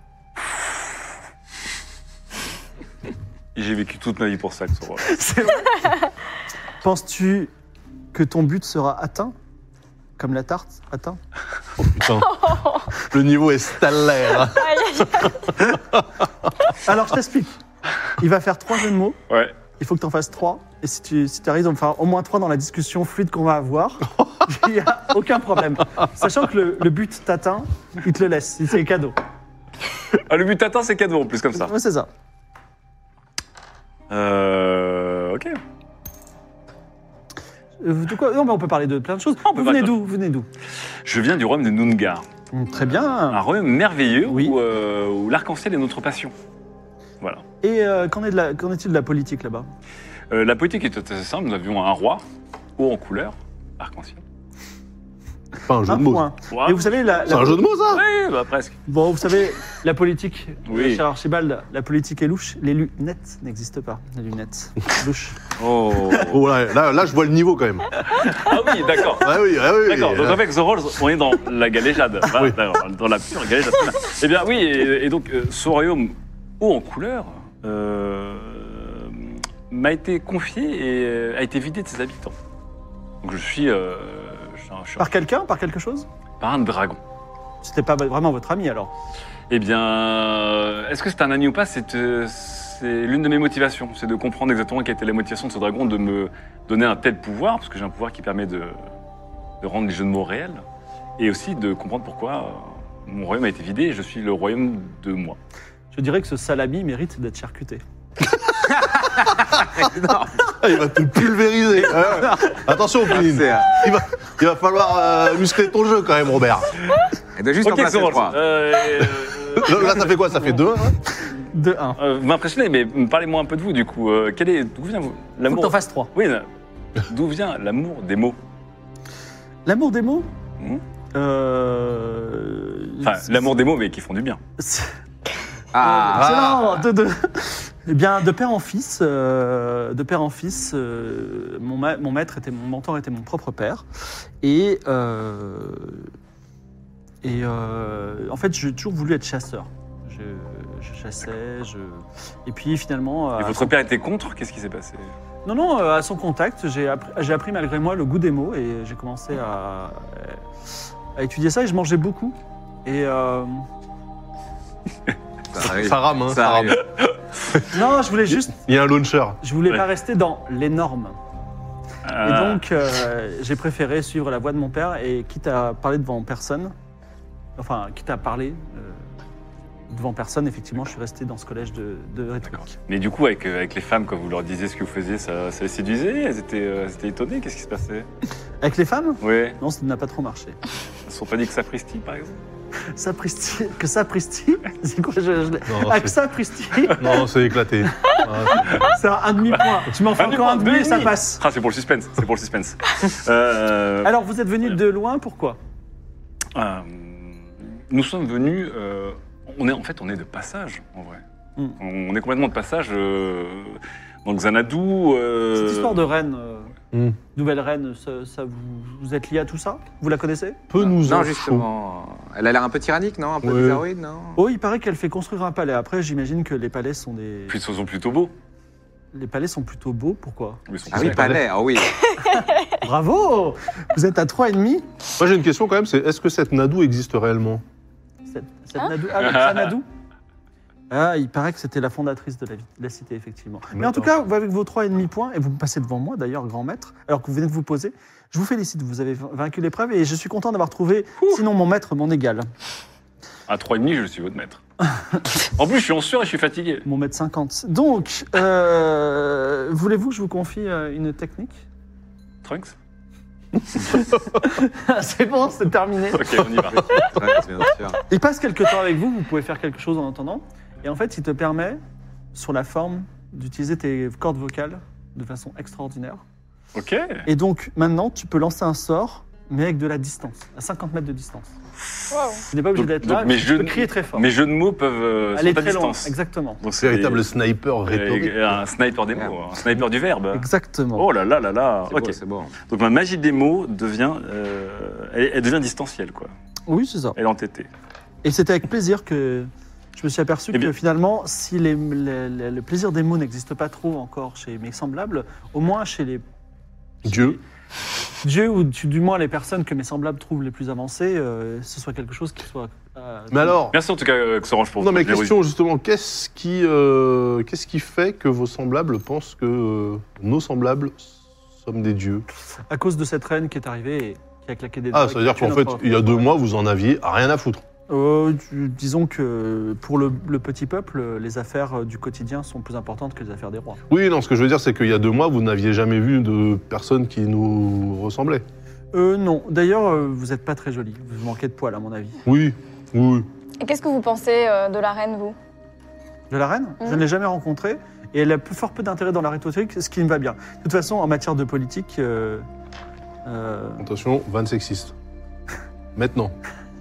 Et j'ai vécu toute ma vie pour ça, que ce rôle. C'est vrai. Penses-tu que ton but sera atteint? Comme la tarte atteint? Putain. Le niveau est stellaire. Alors, je t'explique. Il va faire trois jeux de mots. Ouais. Il faut que tu en fasses trois. Et si tu si arrives à en faire au moins trois dans la discussion fluide qu'on va avoir, il n'y a aucun problème. Sachant que le, le but t'atteint, il te le laisse. C'est cadeau. Ah, le but atteint, c'est cadeau en plus, comme ça. Ouais, c'est ça. Euh. Ok. Euh, de quoi Non, mais on peut parler de plein de choses. On peut Vous venez parler de- d'où Vous venez d'où Je viens du royaume de Nungar. Hum, Très bien. Un royaume merveilleux Oui. où, euh, où l'arc-en-ciel est notre passion. Voilà. Et euh, qu'en est de la- qu'en est-il de la politique là-bas? Euh, la politique est assez simple. Nous avions un roi, haut en couleur, arc-en-ciel. C'est pas un jeu Un de mots. point. Ouais. Et vous savez, la, C'est la- un jeu de mots, ça? Oui, bah presque. bon, vous savez, la politique, Oui. cher Archibald, la politique est louche. Les lunettes n'existent pas. Les lunettes louches. Oh. Oh, là, là, là, je vois le niveau quand même. Ah oui, d'accord. Ah oui, ah oui. D'accord, donc euh, avec The Rolls, on est dans la galéjade. Voilà, Oui. d'accord, dans la pure galéjade. Très bien. Eh bien, oui, et, et donc euh, ce royaume haut en couleur euh, m'a été confié et euh, a été vidé de ses habitants. Donc je suis, euh, je suis un, je suis un- Par quelqu'un Par quelque chose? par un dragon. C'était pas vraiment votre ami alors. Eh bien, euh, est-ce que c'est un ami ou pas? C'est euh, c'est l'une de mes motivations. C'est de comprendre exactement quelle était la motivation de ce dragon de me donner un tel pouvoir, parce que j'ai un pouvoir qui permet de, de rendre les jeux de mots réels, et aussi de comprendre pourquoi euh, mon royaume a été vidé et je suis le royaume de moi. Je dirais que ce salami mérite d'être charcuté. Ah, il va te pulvériser. Ah ouais. Attention, Pauline. C'est, euh, Il va, il va falloir euh, muscler ton jeu quand même, Robert. Elle doit juste en Ok, placer The Rolls. trois. Euh, euh, Là, ça fait quoi? Ça fait deux, hein? De un. euh, vous m'impressionnez, mais parlez-moi un peu de vous, du coup. Euh, quel est, d'où vient vous- Faut que l'amour t'en fasses trois. Oui, là. D'où vient l'amour des mots? L'amour des mots Hmm. euh... Enfin, l'amour des mots, mais qui font du bien. C'est- Ah, Excellent. De, de- Eh bien, de père en fils, euh, de père en fils, euh, mon, ma- mon maître était mon mentor était mon propre père, et euh, et euh, en fait, j'ai toujours voulu être chasseur. Je, je chassais, je et puis finalement. Et à votre son- père était contre? Qu'est-ce qui s'est passé? Non, non, euh, à son contact, j'ai appris, j'ai appris malgré moi le goût des mots et j'ai commencé à, à étudier ça et je mangeais beaucoup. Et euh, ça arrive. Ça rame, hein? Ça Ça rame. arrive. non, je voulais juste, Il y a un launcher. je voulais Ouais. pas rester dans les normes. Et Ah. donc, euh, j'ai préféré suivre la voie de mon père et quitte à parler devant personne, enfin, quitte à parler euh, devant personne, effectivement, je suis resté dans ce collège de, de D'accord. rhétorique. Mais du coup, avec, euh, avec les femmes, quand vous leur disiez ce que vous faisiez, ça, ça les séduisait? Elles étaient, euh, elles étaient étonnées? Qu'est-ce qui se passait? Avec les femmes? Oui. Non, ça n'a pas trop marché. Elles ne se sont pas dit que ça sapristi, par exemple? Sapristi, que sapristi C'est quoi je, je l'ai- Non, Ah, c'est- que sapristi Non, c'est éclaté. Ah, C'est un, un demi-point. Tu m'en fais Un encore un demi-point, demi et ça demi. passe. Ah, c'est pour le suspense, c'est pour le suspense. Euh, Alors, vous êtes venu de loin, pourquoi? euh, nous sommes venus, euh, on est, en fait, on est de passage, en vrai. Hmm. On est complètement de passage euh, dans Xanadu. euh, Cette histoire de reine, euh, Hmm. nouvelle reine, ça, ça vous, vous êtes lié à tout ça? Vous la connaissez? Peu nous en Non, faut. justement. Elle a l'air un peu tyrannique, non? Un peu Ouais. bizarroïde, non? Oh, il paraît qu'elle fait construire un palais. Après, j'imagine que les palais sont des... Puis ils sont plutôt beaux. Les palais sont plutôt beaux, pourquoi? Ils sont Ah oui, beaux. palais, ah oui. Bravo! Vous êtes à trois et demi. Moi, j'ai une question quand même, c'est est-ce que cette Nadou existe réellement? Cette, cette Nadou, ah, avec Xanadu. Ah, il paraît que c'était la fondatrice de la, vi- de la cité, effectivement. Mais en tout cas, vous, avec vos trois et demi points, et vous me passez devant moi, d'ailleurs, grand maître, alors que vous venez de vous poser, je vous félicite, vous avez vaincu l'épreuve et je suis content d'avoir trouvé, sinon mon maître, mon égal. À trois et demi, je suis votre maître. En plus, je suis en sueur et je suis fatigué. Mon maître cinquante. Donc, euh, voulez-vous que je vous confie euh, une technique? Trunks? C'est bon, c'est terminé. Ok, on y va. Ouais, bien sûr. Il passe quelques temps avec vous, vous pouvez faire quelque chose en attendant. Et en fait, il te permet, sur la forme, d'utiliser tes cordes vocales de façon extraordinaire. Ok. Et donc, maintenant, tu peux lancer un sort, mais avec de la distance, à cinquante mètres de distance. Waouh. Tu n'es pas obligé Donc- d'être donc là, mes mais tu jeux peux de- crier très fort. Mes jeux de mots peuvent euh, Aller sont à très loin, distance. exactement. Donc c'est Véritable sniper rhétorique. et- et un sniper des mots, un sniper du verbe. Exactement. Oh là là là là. C'est Ok. beau, c'est beau. Donc ma magie des mots devient, euh, elle, elle devient distancielle quoi. Oui, c'est ça. Elle est entêtée. Et c'était avec plaisir que je me suis aperçu Eh que bien- finalement, si les- les- les- le plaisir des mots n'existe pas trop encore chez mes semblables, au moins chez les Dieu. dieux ou du, du moins les personnes que mes semblables trouvent les plus avancées, euh, ce soit quelque chose qui soit... euh, Mais alors, Merci en tout cas euh, Xorange pour non mais je l'ai question justement, qu'est-ce qui, euh, qu'est-ce qui fait que vos semblables pensent que euh, nos semblables sommes des dieux? à cause de cette reine qui est arrivée et qui a claqué des Ah, doigts, ça veut dire qui a qu'en tué fait, notre- il y a deux mois, vous en aviez rien à foutre. Euh, tu- disons que pour le, le petit peuple, les affaires du quotidien sont plus importantes que les affaires des rois. Oui, non, ce que je veux dire, c'est qu'il y a deux mois, vous n'aviez jamais vu de personne qui nous ressemblait. Euh, non. D'ailleurs, euh, vous n'êtes pas très joli. Vous manquez de poils, à mon avis. Oui, oui. Et qu'est-ce que vous pensez euh, de la reine, vous? De la reine, Mhm. je ne l'ai jamais rencontrée et elle a peu- fort peu d'intérêt dans la rhétorique, ce qui me va bien. De toute façon, en matière de politique, euh, euh, Attention, van sexiste. Maintenant.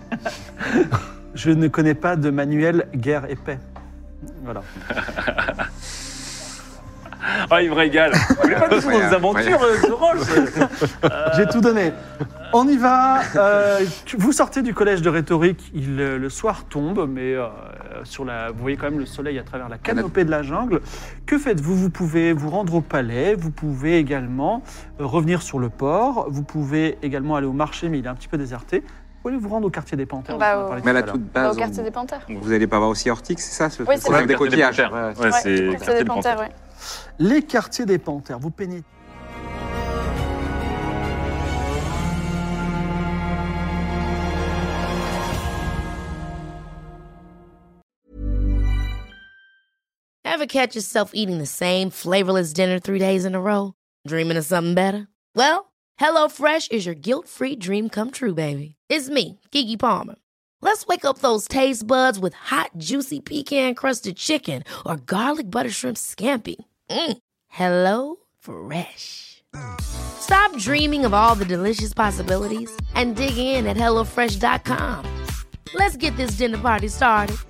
je ne connais pas de manuel guerre et paix. Voilà. Ah, il me régale. Vous voulez pas nous faire des aventures, euh, Xorange J'ai tout donné. On y va. Euh, tu- vous sortez du collège de rhétorique. Il, euh, le soir tombe, mais euh, sur la, vous voyez quand même le soleil à travers la canopée de la jungle. Que faites-vous? Vous pouvez vous rendre au palais. Vous pouvez également euh, revenir sur le port. Vous pouvez également aller au marché, mais il est un petit peu déserté. Vous pouvez vous rendre au quartier des Panthères. Bah, dont on a au- parlé Mais à tout la à l'heure. toute Bah, base, au quartier on- des Panthères. vous n'allez pas voir aussi Ortix, c'est ça ce Oui, c'est problème ça. des Quartier des coquillages. Panthères. Ouais, Ouais, Ouais, c'est au le quartier des Panthères, oui. Les quartiers des Panthères. Vous pénétrez. Ever catch yourself eating the same flavorless dinner three days in a row? Dreaming of something better? Well, HelloFresh is your guilt-free dream come true, baby. It's me, Keke Palmer. Let's wake up those taste buds with hot, juicy pecan-crusted chicken or garlic butter shrimp scampi. Mm. Hello Fresh. Stop dreaming of all the delicious possibilities and dig in at hello fresh dot com. Let's get this dinner party started.